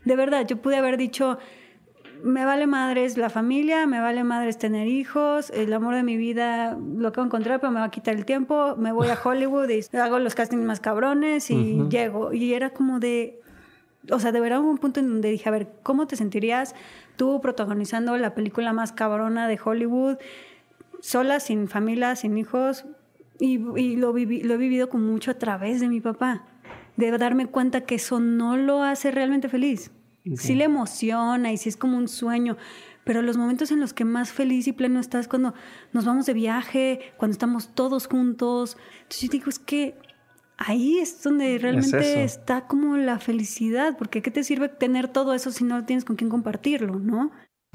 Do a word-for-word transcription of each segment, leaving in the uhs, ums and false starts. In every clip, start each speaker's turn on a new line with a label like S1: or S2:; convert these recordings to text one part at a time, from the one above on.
S1: de verdad, yo pude haber dicho, me vale madres la familia, me vale madres tener hijos, el amor de mi vida lo acabo de encontrar, pero me va a quitar el tiempo, me voy a Hollywood y hago los castings más cabrones y uh-huh. llego. Y era como de... O sea, de verdad hubo un punto en donde dije, a ver, ¿cómo te sentirías tú protagonizando la película más cabrona de Hollywood, sola, sin familia, sin hijos? Y, y lo, viví, lo he vivido con mucho a través de mi papá, de darme cuenta que eso no lo hace realmente feliz. Okay. Sí le emociona y sí es como un sueño, pero los momentos en los que más feliz y pleno estás es cuando nos vamos de viaje, cuando estamos todos juntos. Entonces yo digo, es que ahí es donde realmente es está como la felicidad, porque ¿qué te sirve tener todo eso si no tienes con quién compartirlo, no?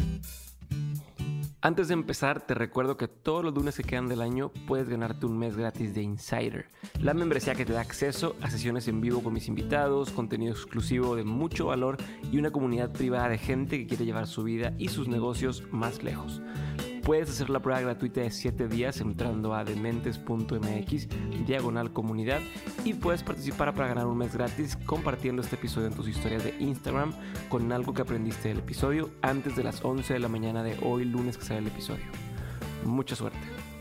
S2: Antes de empezar, te recuerdo que todos los lunes que quedan del año puedes ganarte un mes gratis de Insider, la membresía que te da acceso a sesiones en vivo con mis invitados, contenido exclusivo de mucho valor y una comunidad privada de gente que quiere llevar su vida y sus negocios más lejos. Puedes hacer la prueba gratuita de siete días entrando a dementes punto m x diagonal comunidad y puedes participar para ganar un mes gratis compartiendo este episodio en tus historias de Instagram con algo que aprendiste del episodio antes de las once de la mañana de hoy, lunes que sale el episodio. Mucha suerte.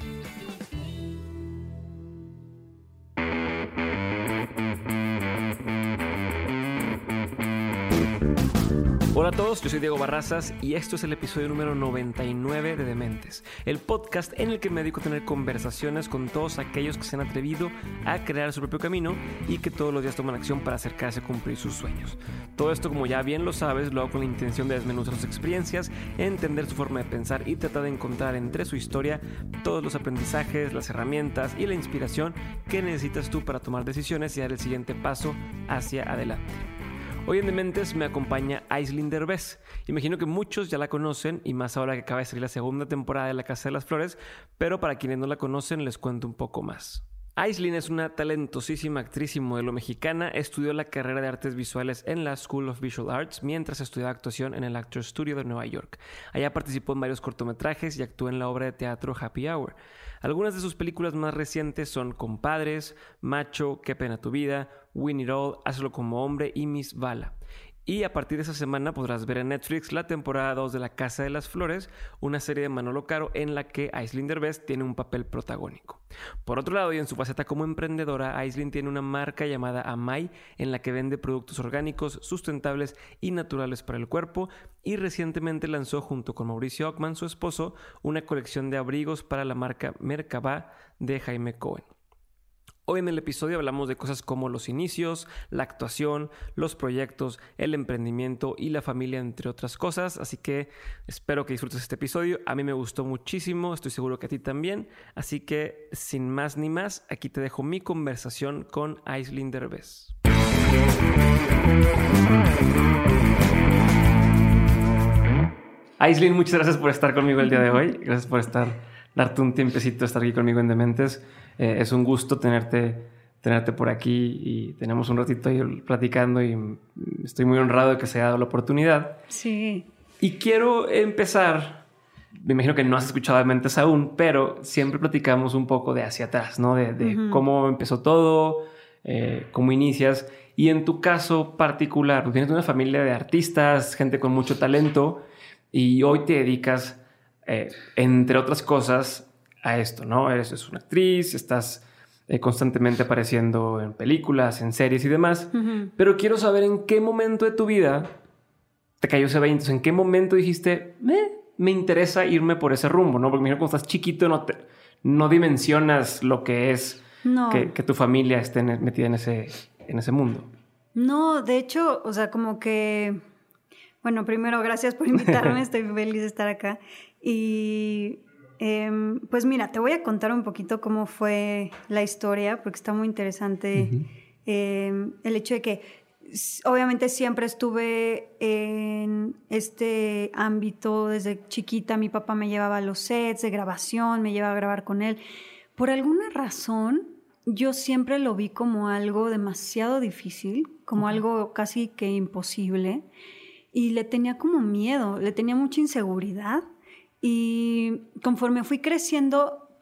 S2: Hola a todos, yo soy Diego Barrazas y esto es el episodio número noventa y nueve de Dementes, el podcast en el que me dedico a tener conversaciones con todos aquellos que se han atrevido a crear su propio camino y que todos los días toman acción para acercarse a cumplir sus sueños. Todo esto, como ya bien lo sabes, lo hago con la intención de desmenuzar sus experiencias, entender su forma de pensar y tratar de encontrar entre su historia todos los aprendizajes, las herramientas y la inspiración que necesitas tú para tomar decisiones y dar el siguiente paso hacia adelante. Hoy en Dementes me acompaña Aislinn Derbez. Imagino que muchos ya la conocen y más ahora que acaba de salir la segunda temporada de La Casa de las Flores, pero para quienes no la conocen les cuento un poco más. Aislinn es una talentosísima actriz y modelo mexicana. Estudió la carrera de artes visuales en la School of Visual Arts mientras estudiaba actuación en el Actors Studio de Nueva York. Allá participó en varios cortometrajes y actuó en la obra de teatro Happy Hour. Algunas de sus películas más recientes son Compadres, Macho, Qué pena tu vida, Win It All, Hazlo como hombre y Miss Bala. Y a partir de esa semana podrás ver en Netflix la temporada dos de La Casa de las Flores, una serie de Manolo Caro en la que Aislinn Derbez tiene un papel protagónico. Por otro lado, y en su faceta como emprendedora, Aislinn tiene una marca llamada Amay en la que vende productos orgánicos, sustentables y naturales para el cuerpo, y recientemente lanzó junto con Mauricio Ockman, su esposo, una colección de abrigos para la marca Merkabah de Jaime Cohen. Hoy en el episodio hablamos de cosas como los inicios, la actuación, los proyectos, el emprendimiento y la familia, entre otras cosas. Así que espero que disfrutes este episodio. A mí me gustó muchísimo, estoy seguro que a ti también. Así que sin más ni más, aquí te dejo mi conversación con Aislinn Derbez. Aislinn, muchas gracias por estar conmigo el día de hoy. Gracias por estar, darte un tiempecito de estar aquí conmigo en Dementes. Eh, es un gusto tenerte, tenerte por aquí y tenemos un ratito ahí platicando y estoy muy honrado de que se haya dado la oportunidad.
S1: Sí.
S2: Y quiero empezar, me imagino que no has escuchado Dementes aún, pero siempre platicamos un poco de hacia atrás, ¿no? De, de uh-huh. cómo empezó todo, eh, cómo inicias. Y en tu caso particular, tienes una familia de artistas, gente con mucho talento y hoy te dedicas, eh, entre otras cosas, a esto, ¿no? Eres, eres una actriz, estás eh, constantemente apareciendo en películas, en series y demás. Uh-huh. Pero quiero saber en qué momento de tu vida te cayó ese veinte. ¿En qué momento dijiste, eh, me interesa irme por ese rumbo, ¿no? Porque mira, cuando estás chiquito no, te, no dimensionas lo que es
S1: no.
S2: que, que tu familia esté metida en ese, en ese mundo.
S1: No, de hecho, o sea, como que... Bueno, primero, gracias por invitarme. Estoy feliz de estar acá. Y... Eh, pues mira, te voy a contar un poquito cómo fue la historia, porque está muy interesante. Uh-huh. eh, el hecho de que obviamente siempre estuve en este ámbito desde chiquita. Mi papá me llevaba a los sets de grabación, me llevaba a grabar con él. Por alguna razón, yo siempre lo vi como algo demasiado difícil, como uh-huh. algo casi que imposible, y le tenía como miedo, le tenía mucha inseguridad. Y conforme fui creciendo,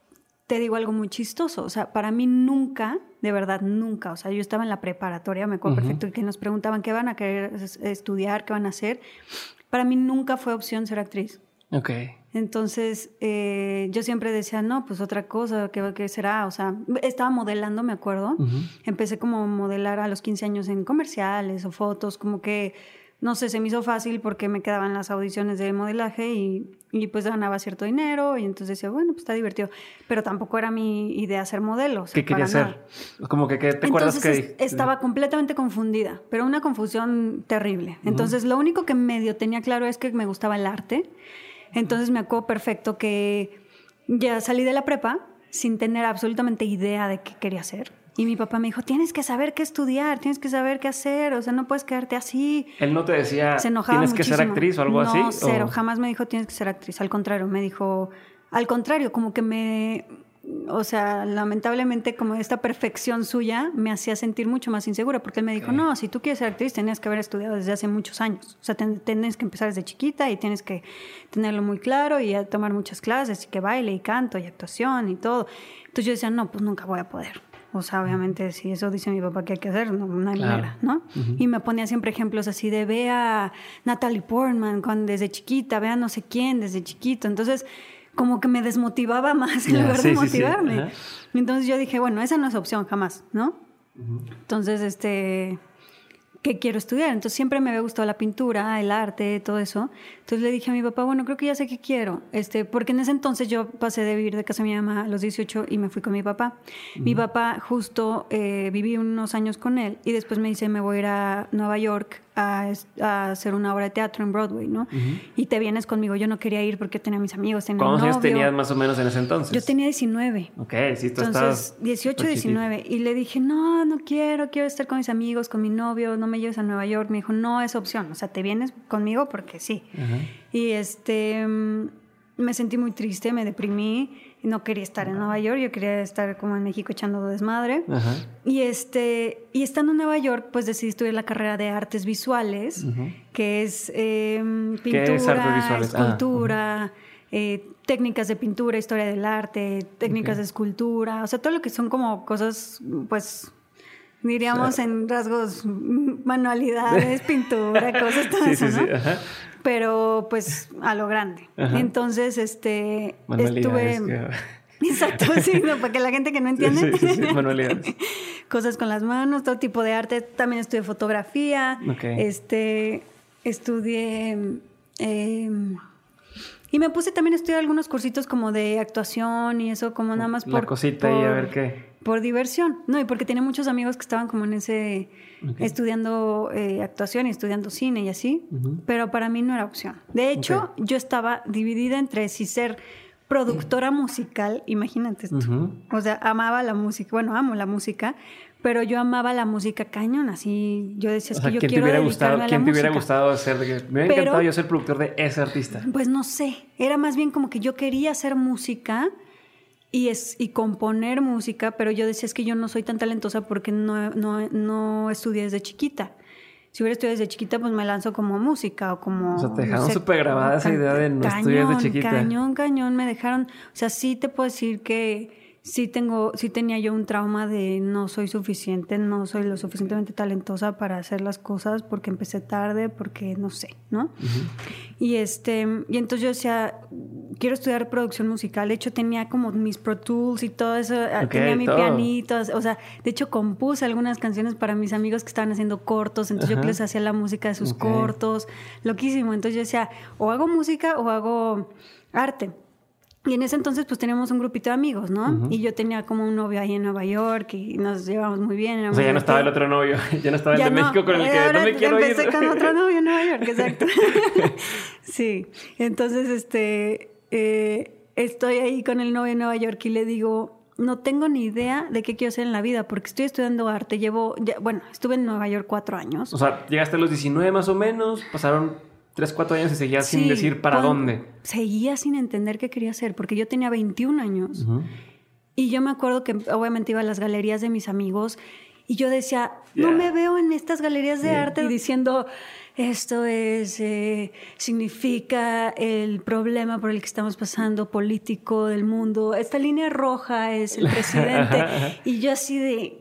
S1: te digo algo muy chistoso. O sea, para mí nunca, de verdad, nunca. O sea, yo estaba en la preparatoria, me acuerdo uh-huh. perfecto, que nos preguntaban qué van a querer estudiar, qué van a hacer. Para mí nunca fue opción ser actriz.
S2: Ok.
S1: Entonces, eh, yo siempre decía, no, pues otra cosa, ¿qué, qué será? O sea, estaba modelando, me acuerdo. Uh-huh. Empecé como a modelar a los quince años en comerciales o fotos, como que, no sé, se me hizo fácil porque me quedaban las audiciones de modelaje y, y pues ganaba cierto dinero y entonces decía, bueno, pues está divertido. Pero tampoco era mi idea ser modelo. O sea,
S2: ¿qué quería hacer? Como que, ¿qué te acuerdas que...?
S1: Entonces estaba completamente confundida, pero una confusión terrible. Entonces, uh-huh. lo único que medio tenía claro es que me gustaba el arte. Entonces me acuerdo perfecto que ya salí de la prepa sin tener absolutamente idea de qué quería hacer. Y mi papá me dijo, tienes que saber qué estudiar, tienes que saber qué hacer, o sea, no puedes quedarte así.
S2: ¿Él no te decía,
S1: se enojaba
S2: tienes
S1: muchísimo.
S2: que ser actriz o algo
S1: no,
S2: así?
S1: No, cero,
S2: o...
S1: jamás me dijo, tienes que ser actriz. Al contrario, me dijo, al contrario, como que me... O sea, lamentablemente como esta perfección suya me hacía sentir mucho más insegura porque él me dijo, okay. no, si tú quieres ser actriz tenías que haber estudiado desde hace muchos años. O sea, ten, tienes que empezar desde chiquita y tienes que tenerlo muy claro y a tomar muchas clases y que baile y canto y actuación y todo. Entonces yo decía, no, pues nunca voy a poder. O sea, obviamente si eso dice mi papá que hay que hacer, no, no hay claro. manera, ¿no? Uh-huh. Y me ponía siempre ejemplos así de ve a Natalie Portman cuando, desde chiquita, ve a no sé quién desde chiquito. Entonces... como que me desmotivaba más en yeah, lugar sí, de motivarme. Sí, sí. Entonces yo dije, bueno, esa no es opción jamás, ¿no? Uh-huh. Entonces, este, ¿qué quiero estudiar? Entonces siempre me había gustado la pintura, el arte, todo eso. Entonces le dije a mi papá, bueno, creo que ya sé qué quiero. Este, porque en ese entonces yo pasé de vivir de casa de mi mamá a los dieciocho y me fui con mi papá. Uh-huh. Mi papá justo eh, viví unos años con él y después me dice, me voy a ir a Nueva York A, a hacer una obra de teatro en Broadway, ¿no? Uh-huh. Y te vienes conmigo. Yo no quería ir porque tenía mis amigos, tenía un novio.
S2: ¿Cuántos años tenías más o menos en ese entonces?
S1: Yo tenía diecinueve.
S2: Ok, sí, tú
S1: Entonces, dieciocho, diecinueve. Y le dije, no, no quiero, quiero estar con mis amigos, con mi novio, no me lleves a Nueva York. Me dijo, no, es opción. O sea, te vienes conmigo porque sí. Uh-huh. Y este... me sentí muy triste, me deprimí. No quería estar en Nueva York, yo quería estar como en México echando desmadre. Ajá. Y este y estando en Nueva York, pues decidí estudiar la carrera de artes visuales, uh-huh. que es eh, pintura, ¿Qué es artes visuales? escultura, ah, uh-huh. eh, técnicas de pintura, historia del arte, técnicas okay. de escultura, o sea, todo lo que son como cosas, pues... diríamos claro. en rasgos, manualidades, pintura, cosas, todo sí, eso, sí, ¿no? Sí, ajá. Pero pues a lo grande. Ajá. Entonces, este, estuve... Que... Exacto, sí, no, para que la gente que no entiende... Sí, sí, sí, manualidades. Cosas con las manos, todo tipo de arte. También estudié fotografía, okay. este, estudié... Eh, y me puse también a estudiar algunos cursitos como de actuación y eso, como nada más por...
S2: La cosita
S1: por,
S2: y a ver qué...
S1: Por diversión, ¿no? Y porque tenía muchos amigos que estaban como en ese... Okay. Estudiando eh, actuación y estudiando cine y así. Uh-huh. Pero para mí no era opción. De hecho, okay. yo estaba dividida entre si ser productora musical, imagínate esto. Uh-huh. O sea, amaba la música. Bueno, amo la música, pero yo amaba la música cañón. Así yo decía, es o sea, que yo quiero dedicarme
S2: gustado,
S1: a la
S2: ¿quién
S1: música.
S2: te hubiera gustado hacer? Me hubiera pero, encantado yo ser productor de ese artista.
S1: Pues no sé. Era más bien como que yo quería hacer música... Y, es, y componer música, pero yo decía, es que yo no soy tan talentosa porque no, no, no estudié desde chiquita. Si hubiera estudiado desde chiquita, pues me lanzo como música o como...
S2: O sea, te dejaron súper grabada esa idea de no cañón, estudiar desde chiquita.
S1: Cañón, cañón, me dejaron... O sea, sí te puedo decir que sí, tengo, sí tenía yo un trauma de no soy suficiente, no soy lo suficientemente talentosa para hacer las cosas porque empecé tarde, porque no sé, ¿no? Uh-huh. Y, este, y entonces yo decía... quiero estudiar producción musical. De hecho, tenía como mis Pro Tools y todo eso. Okay, tenía mi todo. pianito. O sea, de hecho, compuse algunas canciones para mis amigos que estaban haciendo cortos. Entonces, uh-huh. yo les hacía la música de sus okay. cortos. Loquísimo. Entonces, yo decía, o hago música o hago arte. Y en ese entonces, pues, teníamos un grupito de amigos, ¿no? Uh-huh. Y yo tenía como un novio ahí en Nueva York y nos llevábamos muy bien.
S2: O sea, ya no estaba el otro novio. Ya no estaba el ya de no. México con el que no me quiero ir.
S1: Empecé con otro novio en Nueva York, exacto. Sí. Entonces, este... Eh, estoy ahí con el novio en Nueva York y le digo, no tengo ni idea de qué quiero hacer en la vida porque estoy estudiando arte, llevo, ya, bueno, estuve en Nueva York cuatro años.
S2: O sea, llegaste a los diecinueve más o menos, pasaron tres, cuatro años y seguías sí, sin decir para con, dónde.
S1: Seguía sin entender qué quería hacer porque yo tenía veintiún años uh-huh. y yo me acuerdo que obviamente iba a las galerías de mis amigos Y yo decía,
S2: Yeah.
S1: no me veo en estas galerías de
S2: Yeah.
S1: arte y diciendo, esto es, eh, significa el problema por el que estamos pasando, político del mundo. Esta línea roja es el presidente. Y yo así de,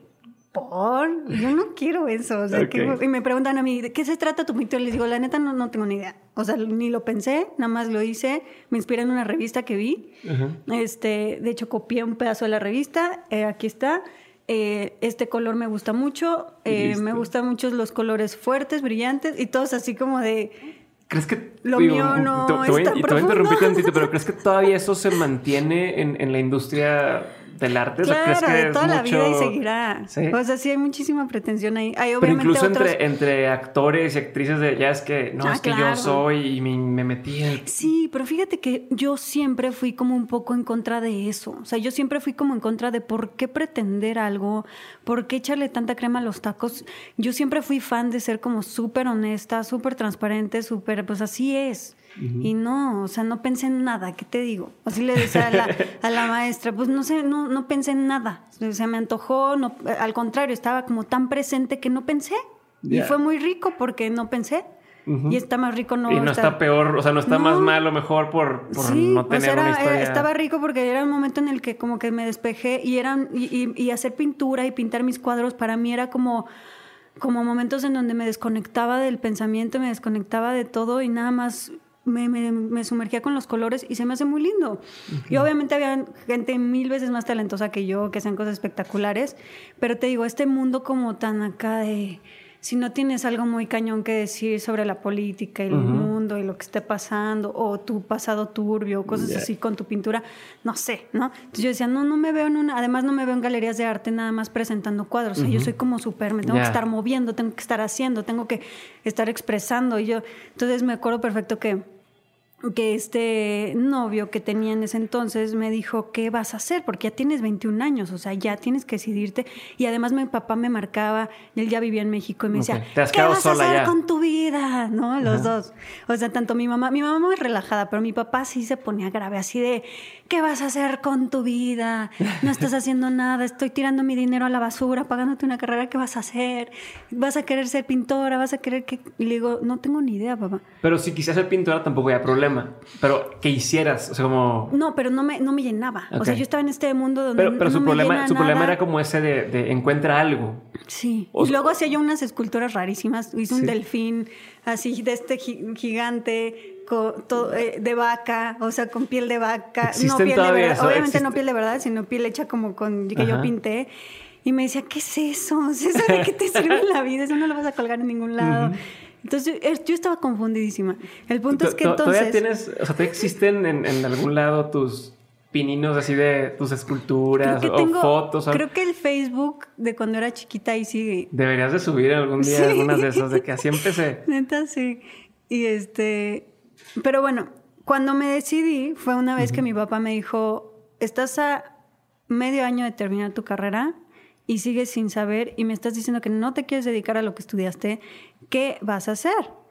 S1: ¿por? Yo no quiero eso. O sea,
S2: Okay.
S1: que, y me preguntan a mí, ¿de qué se trata tu pintura? Les digo, la neta no, no tengo ni idea. O sea, ni lo pensé, nada más lo hice. Me inspiré en una revista que vi. Uh-huh. Este, de hecho, copié un pedazo de la revista. Eh, aquí está. Eh, este color me gusta mucho. Eh, me gustan mucho los colores fuertes, brillantes. Y todos así como de...
S2: ¿Crees que
S1: lo digo, mío no
S2: te, te voy,
S1: es tan
S2: y te voy a interrumpir
S1: profundo?
S2: tantito, pero ¿crees que todavía eso se mantiene en, en la industria del arte?
S1: Claro,
S2: o sea, ¿crees que
S1: de toda
S2: es
S1: la
S2: mucho...
S1: vida y seguirá. ¿Sí? O sea, sí hay muchísima pretensión ahí. Hay,
S2: pero incluso
S1: otros...
S2: entre, entre actores y actrices de ya es que no, ah, es que claro. yo soy y me, me metí en...
S1: Sí, pero fíjate que yo siempre fui como un poco en contra de eso. O sea, yo siempre fui como en contra de por qué pretender algo, por qué echarle tanta crema a los tacos. Yo siempre fui fan de ser como súper honesta, súper transparente, súper... Pues así es. Uh-huh. Y no, o sea, no pensé en nada, ¿qué te digo? Así le decía a la, a la maestra, pues no sé, no, no pensé en nada. Se me antojó, no, al contrario, estaba como tan presente que no pensé. Yeah. Y fue muy rico porque no pensé. Uh-huh. Y está más rico no
S2: Y no
S1: estar...
S2: está peor, o sea, no está no. más mal o mejor por, por
S1: sí,
S2: no tener
S1: o sea, era,
S2: una historia.
S1: Era, estaba rico porque era un momento en el que como que me despejé y, eran, y, y, y hacer pintura y pintar mis cuadros para mí era como... como momentos en donde me desconectaba del pensamiento, me desconectaba de todo y nada más me, me, me sumergía con los colores y se me hace muy lindo. Uh-huh. Y obviamente había gente mil veces más talentosa que yo, que hacen cosas espectaculares, pero te digo, este mundo como tan acá de... Si no tienes algo muy cañón que decir sobre la política y el uh-huh. mundo y lo que esté pasando, o tu pasado turbio, o cosas yeah. así con tu pintura, no sé, ¿no? Entonces yo decía, no, no me veo en una... Además no me veo en galerías de arte nada más presentando cuadros. Uh-huh. O sea, yo soy como súper... Me tengo yeah. que estar moviendo, tengo que estar haciendo, tengo que estar expresando. Y yo... Entonces me acuerdo perfecto que... que este novio que tenía en ese entonces me dijo, ¿qué vas a hacer? Porque ya tienes veintiún años, o sea, ya tienes que decidirte. Y además mi papá me marcaba, él ya vivía en México y me
S2: okay.
S1: decía, ¿qué vas a hacer ya? con tu vida? ¿No? Los uh-huh. dos. O sea, tanto mi mamá, mi mamá muy relajada, pero mi papá sí se ponía grave, así de, ¿qué vas a hacer con tu vida? No estás haciendo nada, estoy tirando mi dinero a la basura, pagándote una carrera, ¿qué vas a hacer? ¿Vas a querer ser pintora? ¿Vas a querer que...? Y le digo, no tengo ni idea, papá.
S2: Pero si quisieras ser pintora tampoco había problema. Pero que hicieras, o sea, como...
S1: No, pero no me, no me llenaba. Okay. O sea, yo estaba en este mundo donde
S2: Pero, pero
S1: no
S2: su,
S1: me
S2: problema,
S1: llena
S2: su
S1: nada.
S2: problema era como ese de, de encuentra algo.
S1: Sí.
S2: O
S1: y luego hacía yo unas esculturas rarísimas. Hice un
S2: sí.
S1: delfín así de este gigante con, todo, eh, de vaca, o sea, con piel de vaca. No piel de verdad. Eso, Obviamente existe. no piel de verdad, sino piel hecha como con que Ajá. yo pinté. Y me decía, ¿qué es eso? O sea, ¿eso de qué te sirve en la vida? Eso no lo vas a colgar en ningún lado. Uh-huh. Entonces yo, yo estaba confundidísima. El punto es que entonces...
S2: ¿Todavía tienes, o sea, ¿te existen en, en algún lado tus pininos así de tus esculturas o tengo, fotos? O...
S1: Creo que el Facebook de cuando era chiquita ahí sigue.
S2: Deberías de subir algún día sí. algunas de esas, de que así empecé.
S1: Neta, sí. Y este... Pero bueno, cuando me decidí fue una vez uh-huh. que mi papá me dijo, estás a medio año de terminar tu carrera y sigues sin saber y me estás diciendo que no te quieres dedicar a lo que estudiaste, ¿qué vas a hacer?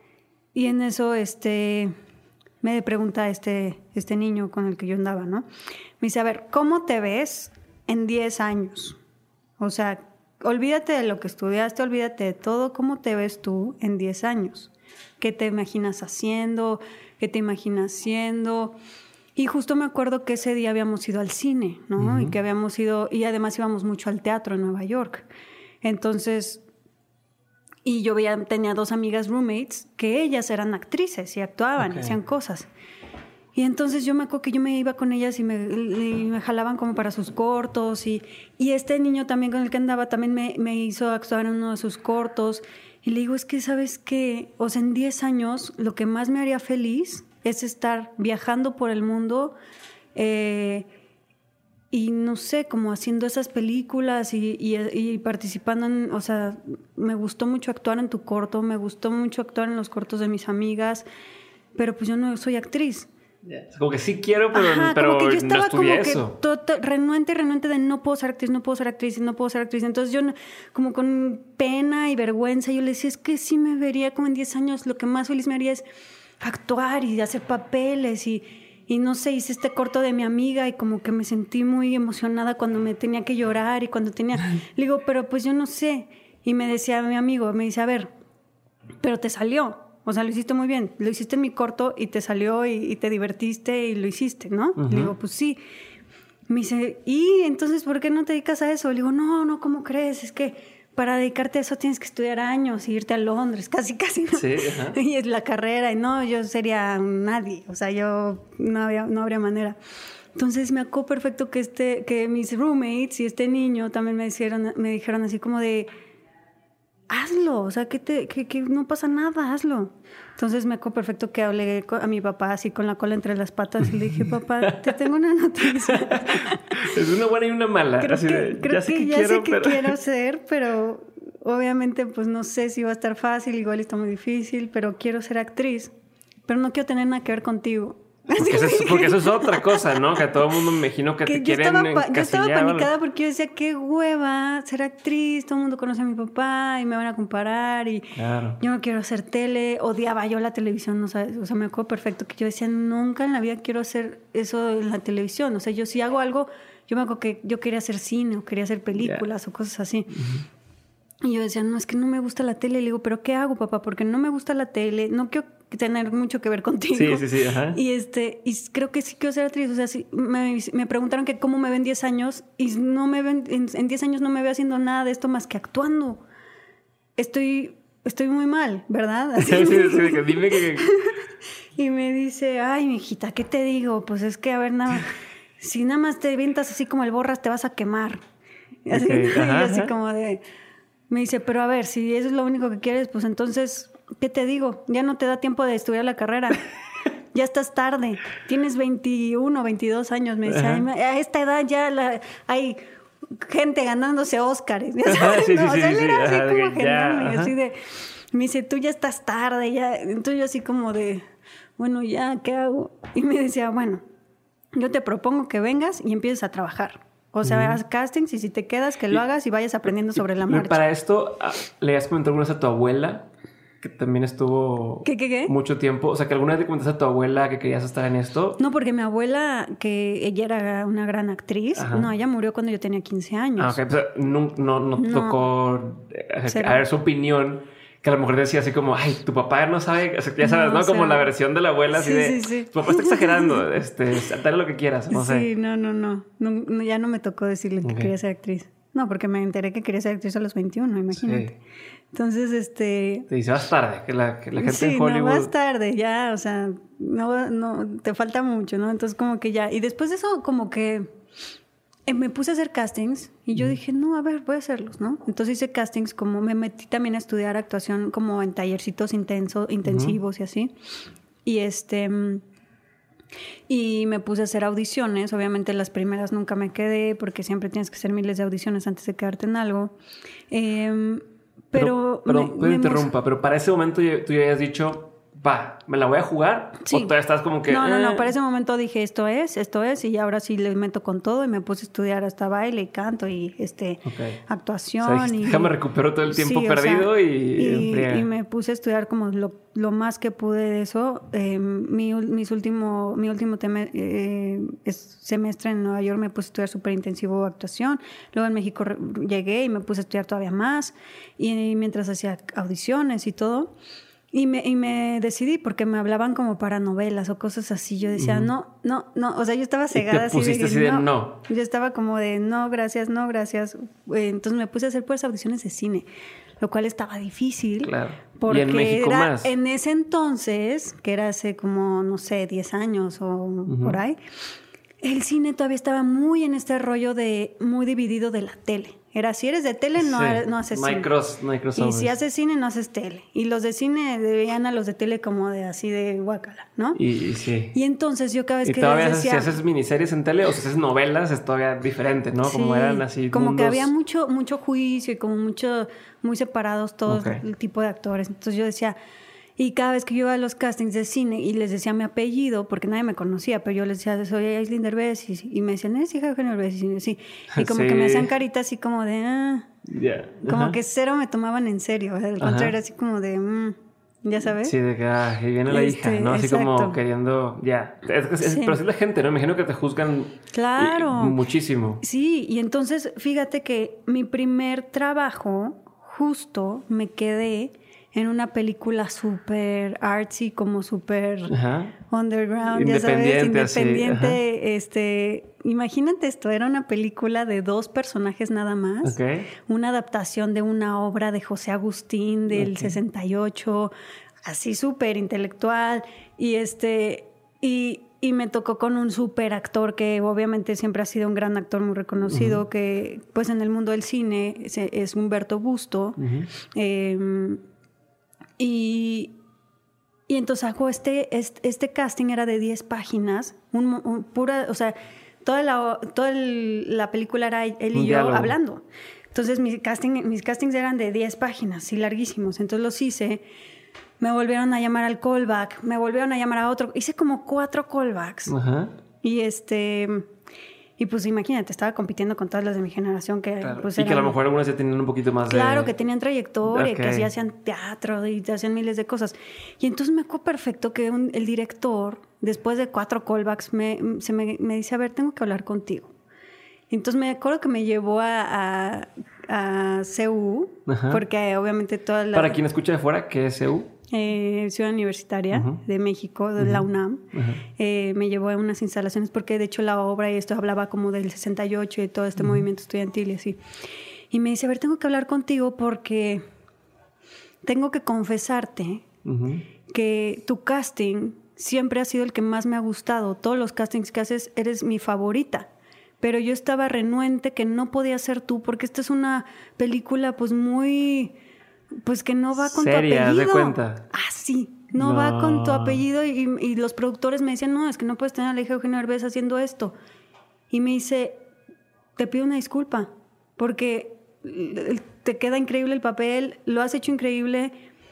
S1: Y en eso este, me pregunta este, este niño con el que yo andaba, ¿no? Me dice, a ver, ¿cómo te ves en diez años? O sea, olvídate de lo que estudiaste, olvídate de todo, ¿cómo te ves tú en diez años? ¿Qué te imaginas haciendo? ¿Qué te imaginas siendo? Y justo me acuerdo que ese día habíamos ido al cine, ¿no? Uh-huh. Y que habíamos ido, y además íbamos mucho al teatro en Nueva York. Entonces, y yo veía, tenía dos amigas roommates que ellas eran actrices y actuaban, okay. y hacían cosas. Y entonces yo me acuerdo que yo me iba con ellas y me, y me jalaban como para sus cortos. Y, y este niño también con el que andaba también me, me hizo actuar en uno de sus cortos. Y le digo, es que, ¿sabes qué? O sea, en diez años lo que más me haría feliz es estar viajando por el mundo eh, y no sé, como haciendo esas películas y, y, y participando en, o sea, me gustó mucho actuar en tu corto, me gustó mucho actuar en los cortos de mis amigas, pero pues yo no soy actriz.
S2: Yeah. Como que sí quiero, pero,
S1: Ajá,
S2: pero
S1: como que yo estaba
S2: no estudié
S1: como
S2: eso.
S1: que todo, todo, renuente, renuente de no puedo ser actriz, no puedo ser actriz, no puedo ser actriz. Entonces yo como con pena y vergüenza, yo le decía, es que sí me vería como en diez años, lo que más feliz me haría es actuar y hacer papeles y, y no sé, hice este corto de mi amiga y como que me sentí muy emocionada cuando me tenía que llorar y cuando tenía... Le digo, pero pues yo no sé. Y me decía mi amigo, me dice, a ver, pero te salió. O sea, lo hiciste muy bien. Lo hiciste en mi corto y te salió y, y te divertiste y lo hiciste, ¿no? Uh-huh. Le digo, pues sí. Me dice, ¿y entonces por qué no te dedicas a eso? Le digo, no, no, ¿cómo crees? Es que para dedicarte a eso tienes que estudiar años y irte a Londres, casi, casi, ¿no? Sí, ajá. Y es la carrera, y no, yo sería nadie. O sea, yo no, había, no habría manera. Entonces me acuerdo perfecto que, este, que mis roommates y este niño también me dijeron, me dijeron así como de... hazlo, o sea, que, te, que, que no pasa nada, hazlo. Entonces me acuerdo perfecto que hablé a mi papá así con la cola entre las patas y le dije, papá, te tengo una noticia.
S2: Es una buena y una mala.
S1: Creo
S2: así
S1: que,
S2: de,
S1: creo
S2: ya sé
S1: que,
S2: que
S1: ya
S2: quiero,
S1: sé que
S2: pero...
S1: quiero ser, pero obviamente pues no sé si va a estar fácil, igual está muy difícil, pero quiero ser actriz, pero no quiero tener nada que ver contigo.
S2: Porque eso, es, porque eso es otra cosa, ¿no? Que a todo el mundo me imagino que, que te quieren encasillar.
S1: Yo estaba panicada porque yo decía, qué hueva ser actriz, todo el mundo conoce a mi papá y me van a comparar y claro. Yo no quiero hacer tele, odiaba yo la televisión, ¿no sabes? O sea, me acuerdo perfecto que yo decía, nunca en la vida quiero hacer eso en la televisión. O sea, yo si hago algo, yo me acuerdo que yo quería hacer cine o quería hacer películas yeah. o cosas así. Uh-huh. Y yo decía, no, es que no me gusta la tele. Le digo, ¿pero qué hago, papá? Porque no me gusta la tele, no quiero tener mucho que ver contigo.
S2: Sí, sí, sí, ajá.
S1: Y, este, y creo que sí quiero ser actriz. O sea, sí, me, me preguntaron que cómo me ven diez años y no me ven, en, en diez años no me veo haciendo nada de esto más que actuando. Estoy, estoy muy mal, ¿verdad? Así
S2: sí, sí, sí, que dime que...
S1: Y me dice, ay, mijita, ¿qué te digo? Pues es que, a ver, nada, si nada más te vientas así como el Borras, te vas a quemar. Así, okay, ajá, y así ajá. como de... Me dice, pero a ver, si eso es lo único que quieres, pues entonces... ¿Qué te digo? Ya no te da tiempo de estudiar la carrera. Ya estás tarde. Tienes veintiuno, veintidós años. Me dice, a esta edad ya la, hay gente ganándose Óscares. ¿Ya sabes? Sí, no, sí, o sea, él sí, era sí, así como genial. Así de, me dice, tú ya estás tarde. Ya. Entonces yo así como de, bueno, ya, ¿qué hago? Y me decía, bueno, yo te propongo que vengas y empieces a trabajar. O sea, uh-huh. haz castings y si te quedas, que lo hagas y vayas aprendiendo sobre la marcha.
S2: Para esto, ¿le has comentado alguna vez a tu abuela? Que también estuvo
S1: ¿Qué, qué, qué?
S2: mucho tiempo. O sea, que alguna vez le comentaste a tu abuela que querías estar en esto.
S1: No, porque mi abuela, que ella era una gran actriz, ajá. no, ella murió cuando yo tenía quince años.
S2: Ah, ok. O sea, no, no, no, no tocó a ver su opinión, que a lo mejor decía así como, ay, tu papá no sabe, o sea, ya sabes, ¿no? ¿no? Como o sea, la versión de la abuela, así sí, de, sí, sí. tu papá está exagerando, este, dale lo que quieras, no sé.
S1: Sí, no, no, no, no, ya no me tocó decirle que okay. quería ser actriz. No, no, porque me enteré que quería ser actriz a los veintiuno, imagínate. Sí. Entonces, este...
S2: Te dice, vas tarde, que la, que la gente
S1: sí,
S2: en Hollywood...
S1: no, vas tarde, ya, o sea, no, no, te falta mucho, ¿no? Entonces, como que ya... Y después de eso, como que eh, me puse a hacer castings y yo mm. dije, no, a ver, voy a hacerlos, ¿no? Entonces hice castings, como me metí también a estudiar actuación como en tallercitos intenso, intensivos mm. y así. Y este... Y me puse a hacer audiciones. Obviamente las primeras nunca me quedé porque siempre tienes que hacer miles de audiciones antes de quedarte en algo. Eh, pero...
S2: Pero, perdón, me, me interrumpa, pero para ese momento tú ya habías dicho... va, ¿me la voy a jugar?
S1: Sí.
S2: ¿O todavía estás como que...?
S1: No, no,
S2: eh?
S1: no. Para ese momento dije, esto es, esto es. Y ahora sí le meto con todo. Y me puse a estudiar hasta baile y canto y este okay. actuación. O sea,
S2: y déjame recupero todo el tiempo sí, perdido
S1: o sea,
S2: y...
S1: Y, y me puse a estudiar como lo, lo más que pude de eso. Eh, mi, mis último, mi último teme, eh, es, semestre en Nueva York me puse a estudiar súper intensivo actuación. Luego en México re, llegué y me puse a estudiar todavía más. Y, y mientras hacía audiciones y todo... Y me, y me decidí porque me hablaban como para novelas o cosas así. Yo decía, uh-huh. no, no, no. O sea, yo estaba cegada.
S2: ¿Y te pusiste así de, así de no?
S1: Yo estaba como de no, gracias, no, gracias. Entonces me puse a hacer pues audiciones de cine, lo cual estaba difícil.
S2: Claro.
S1: Porque
S2: y en México
S1: era,
S2: más.
S1: En ese entonces, que era hace como, no sé, diez años o uh-huh. por ahí, el cine todavía estaba muy en este rollo de, muy dividido de la tele. Era, si eres de tele, no, sí. no haces cine.
S2: Cross, no hay
S1: y si haces cine, no haces tele. Y los de cine veían a los de tele como de así de guácala, ¿no?
S2: Y, y sí.
S1: Y entonces yo cada vez
S2: y
S1: que
S2: todavía
S1: les decía...
S2: si haces miniseries en tele o si haces novelas, es todavía diferente, ¿no?
S1: Sí,
S2: como eran así
S1: como
S2: mundos...
S1: que había mucho, mucho juicio y como mucho, muy separados todos okay. el tipo de actores. Entonces yo decía... Y cada vez que yo iba a los castings de cine y les decía mi apellido, porque nadie me conocía, pero yo les decía, soy Aislinn Derbez, y, y me decían, ¿eres hija de Eugenio Derbez? Y, sí. y como sí. que me hacían carita así como de, ah,
S2: yeah.
S1: como
S2: uh-huh.
S1: que cero me tomaban en serio. O sea, al contrario, era así como de, mm, ya sabes.
S2: Sí, de que ah, y viene la este, hija, ¿no? Así exacto. Como queriendo, ya. Es, es, sí. Pero es la gente, ¿no? Me imagino que te juzgan
S1: claro.
S2: y, muchísimo.
S1: Sí, y entonces fíjate que mi primer trabajo, justo me quedé en una película súper artsy, como súper underground, ya sabes, independiente. Este, imagínate esto, era una película de dos personajes nada más. Okay. Una adaptación de una obra de José Agustín del okay. sesenta y ocho, así súper intelectual. Y este, y, y me tocó con un súper actor que obviamente siempre ha sido un gran actor muy reconocido, uh-huh. que pues en el mundo del cine es, es Humberto Busto. Uh-huh. Eh, Y, y entonces hago este, este, este casting era de diez páginas, un, un pura, o sea, toda la, toda el, la película era él y un yo diálogo. Hablando. Entonces mis, casting, mis castings eran de diez páginas, sí, larguísimos. Entonces los hice, me volvieron a llamar al callback, me volvieron a llamar a otro, hice como cuatro callbacks. Uh-huh. Y este... Y pues imagínate, estaba compitiendo con todas las de mi generación que
S2: claro.
S1: pues
S2: y
S1: eran,
S2: que a lo mejor algunas ya tenían un poquito más
S1: claro, de... Claro, que tenían trayectoria, okay. que así hacían teatro y hacían miles de cosas. Y entonces me acuerdo perfecto que un, el director, después de cuatro callbacks, me, se me, me dice, a ver, tengo que hablar contigo. Y entonces me acuerdo que me llevó a, a, a C U, ajá. porque obviamente toda la...
S2: Para quien escucha de fuera, ¿qué es C U?
S1: Eh, Ciudad Universitaria uh-huh. de México, de uh-huh. la UNAM. Uh-huh. Eh, me llevó a unas instalaciones porque de hecho la obra y esto hablaba como del sesenta y ocho y todo este uh-huh. movimiento estudiantil y así. Y me dice, a ver, tengo que hablar contigo porque tengo que confesarte uh-huh. que tu casting siempre ha sido el que más me ha gustado. Todos los castings que haces eres mi favorita. Pero yo estaba renuente que no podía ser tú porque esta es una película pues muy... Pues que no va con
S2: Seria,
S1: tu apellido.
S2: ¿de cuenta?
S1: Ah, sí. No, no va con tu apellido y, y los productores me decían, no, es que no puedes tener a la hija de Eugenio Derbez haciendo esto. Y me dice, te pido una disculpa porque te queda increíble el papel, lo has hecho increíble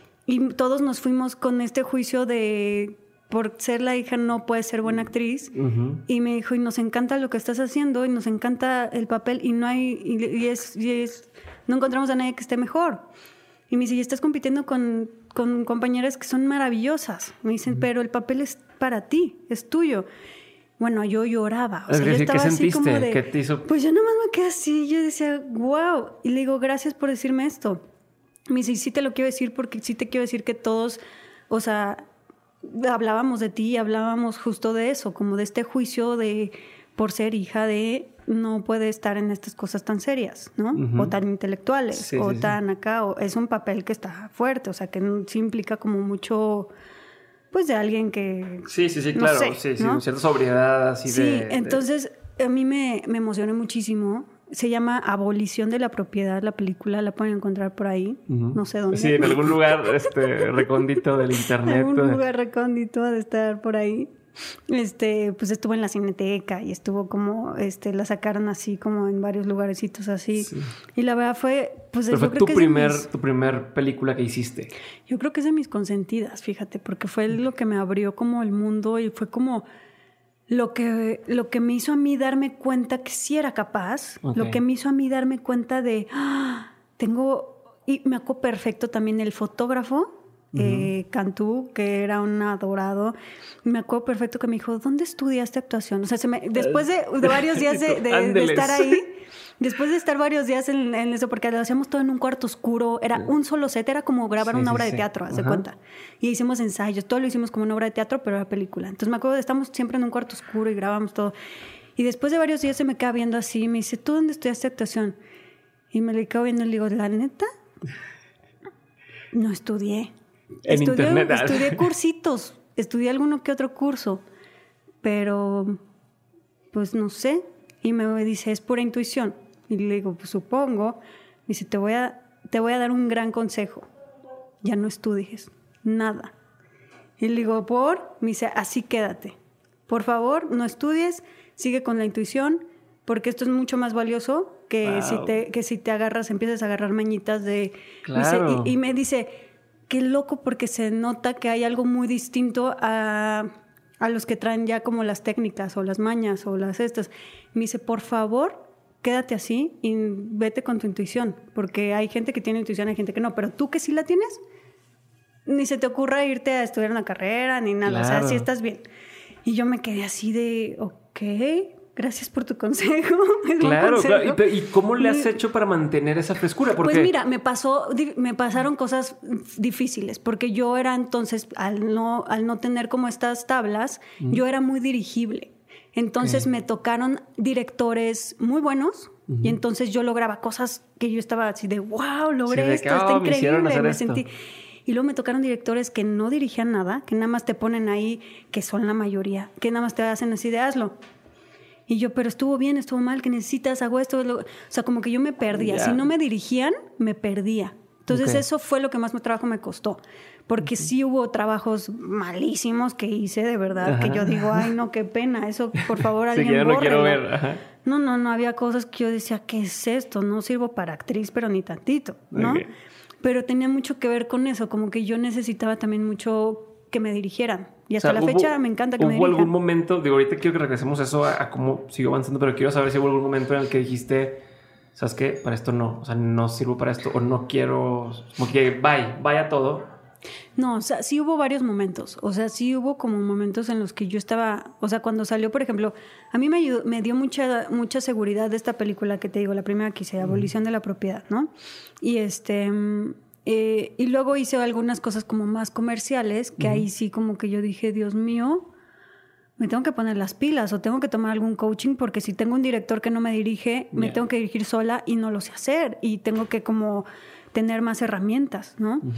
S1: y todos nos fuimos con este juicio de por ser la hija no puedes ser buena actriz. Uh-huh. Y me dijo, y nos encanta lo que estás haciendo y nos encanta el papel y no hay, y, y es, y es, no encontramos a nadie que esté mejor. Y me dice, y estás compitiendo con, con compañeras que son maravillosas. Me dicen, uh-huh. pero el papel es para ti, es tuyo. Bueno, yo lloraba. O sea, yo estaba
S2: ¿qué
S1: así
S2: sentiste?
S1: como de...
S2: ¿Qué te hizo?
S1: Pues yo nomás me quedé así. Yo decía, wow. Y le digo, gracias por decirme esto. Me dice, y sí te lo quiero decir porque sí te quiero decir que todos, o sea, hablábamos de ti, hablábamos justo de eso, como de este juicio de por ser hija de... no puede estar en estas cosas tan serias, ¿no? Uh-huh. O tan intelectuales, sí, o sí, tan sí. acá, o es un papel que está fuerte, o sea, que sí implica como mucho, pues, de alguien que...
S2: Sí, sí, sí,
S1: no
S2: claro,
S1: sé,
S2: sí, sí,
S1: ¿no?
S2: cierta sobriedad así
S1: sí,
S2: de...
S1: Sí, entonces de... a mí me, me emocioné muchísimo. Se llama Abolición de la Propiedad, la película, la pueden encontrar por ahí, uh-huh. no sé dónde.
S2: Sí, en algún lugar este, recóndito del internet.
S1: En algún lugar recóndito de estar por ahí. Este, pues estuvo en la Cineteca y estuvo como, este, la sacaron así como en varios lugarecitos así. Sí. Y la verdad fue, pues
S2: Pero
S1: yo
S2: fue
S1: creo
S2: tu
S1: que
S2: primer,
S1: mis,
S2: tu primer película que hiciste.
S1: Yo creo que es de mis consentidas, fíjate, porque fue lo que me abrió como el mundo y fue como lo que, lo que me hizo a mí darme cuenta que sí era capaz, okay. lo que me hizo a mí darme cuenta de, ¡ah! Tengo, y me acuerdo perfecto también el fotógrafo. Uh-huh. Eh, Cantú, que era un adorado. Me acuerdo perfecto que me dijo, ¿dónde estudiaste actuación? O sea, se me, después de, de varios días de, de, de estar ahí, después de estar varios días en, en eso, porque lo hacíamos todo en un cuarto oscuro, era sí. un solo set, era como grabar sí, una obra sí, de teatro, haz de cuenta. Y hicimos ensayos, todo lo hicimos como una obra de teatro, pero era película. Entonces me acuerdo de estamos siempre en un cuarto oscuro y grabamos todo. Y después de varios días se me queda viendo así y me dice, ¿tú dónde estudiaste actuación? Y me le quedo viendo y le digo, ¿la neta? No estudié.
S2: En
S1: estudié,
S2: internet.
S1: Estudié cursitos, estudié alguno que otro curso, pero pues no sé. Y me dice, es pura intuición. Y le digo, pues supongo. Me dice, te voy a, te voy a dar un gran consejo. Ya no estudies, nada. Y le digo, ¿por? Me dice, así quédate. Por favor, no estudies, sigue con la intuición, porque esto es mucho más valioso que, wow. si, te, que si te agarras, empiezas a agarrar mañitas de...
S2: Claro.
S1: Me dice, y, y me dice... Qué loco porque se nota que hay algo muy distinto a, a los que traen ya como las técnicas o las mañas o las estas. Me dice, por favor, quédate así y vete con tu intuición. Porque hay gente que tiene intuición, hay gente que no. Pero tú que sí la tienes, ni se te ocurra irte a estudiar una carrera, ni nada. Claro. O sea, sí estás bien. Y yo me quedé así de, ok, gracias por tu consejo.
S2: Claro, consejo. claro. ¿Y, ¿Y cómo le has hecho para mantener esa frescura? Porque...
S1: Pues mira, me pasó, me pasaron cosas difíciles, porque yo era entonces, al no, al no tener como estas tablas, mm. yo era muy dirigible. Entonces okay. me tocaron directores muy buenos, uh-huh. y entonces yo lograba cosas que yo estaba así de, wow, logré sí, esto, que, oh, está increíble. Me, me sentí... Y luego me tocaron directores que no dirigían nada, que nada más te ponen ahí, que son la mayoría, que nada más te hacen así de hazlo. Y yo, pero estuvo bien, estuvo mal, que necesitas, hago esto. Lo... O sea, como que yo me perdía. Yeah. Si no me dirigían, me perdía. Entonces okay. eso fue lo que más trabajo me costó. Porque okay. sí hubo trabajos malísimos que hice de verdad, ajá. que yo digo, ay, no, qué pena. Eso, por favor, alguien sí, que yo no quiero ver. Ajá. No, no, no, había cosas que yo decía, ¿qué es esto? No sirvo para actriz, pero ni tantito, ¿no? Okay. Pero tenía mucho que ver con eso, como que yo necesitaba también mucho que me dirigieran. Y hasta o sea, la hubo, fecha me encanta que me dirijan.
S2: ¿Hubo algún momento, digo, ahorita quiero que regresemos eso a, a cómo sigo avanzando, pero quiero saber si hubo algún momento en el que dijiste, ¿sabes qué? Para esto no, o sea, no sirvo para esto, o no quiero, como que bye, vaya todo.
S1: No, o sea, sí hubo varios momentos. O sea, sí hubo como momentos en los que yo estaba... O sea, cuando salió, por ejemplo... A mí me, ayudó, me dio mucha, mucha seguridad de esta película que te digo, la primera que hice, Abolición de la Propiedad, ¿no? Y este... Eh, y luego hice algunas cosas como más comerciales, que uh-huh. ahí sí como que yo dije, Dios mío, me tengo que poner las pilas o tengo que tomar algún coaching, porque si tengo un director que no me dirige, yeah. me tengo que dirigir sola y no lo sé hacer. Y tengo que como... tener más herramientas, ¿no? Uh-huh.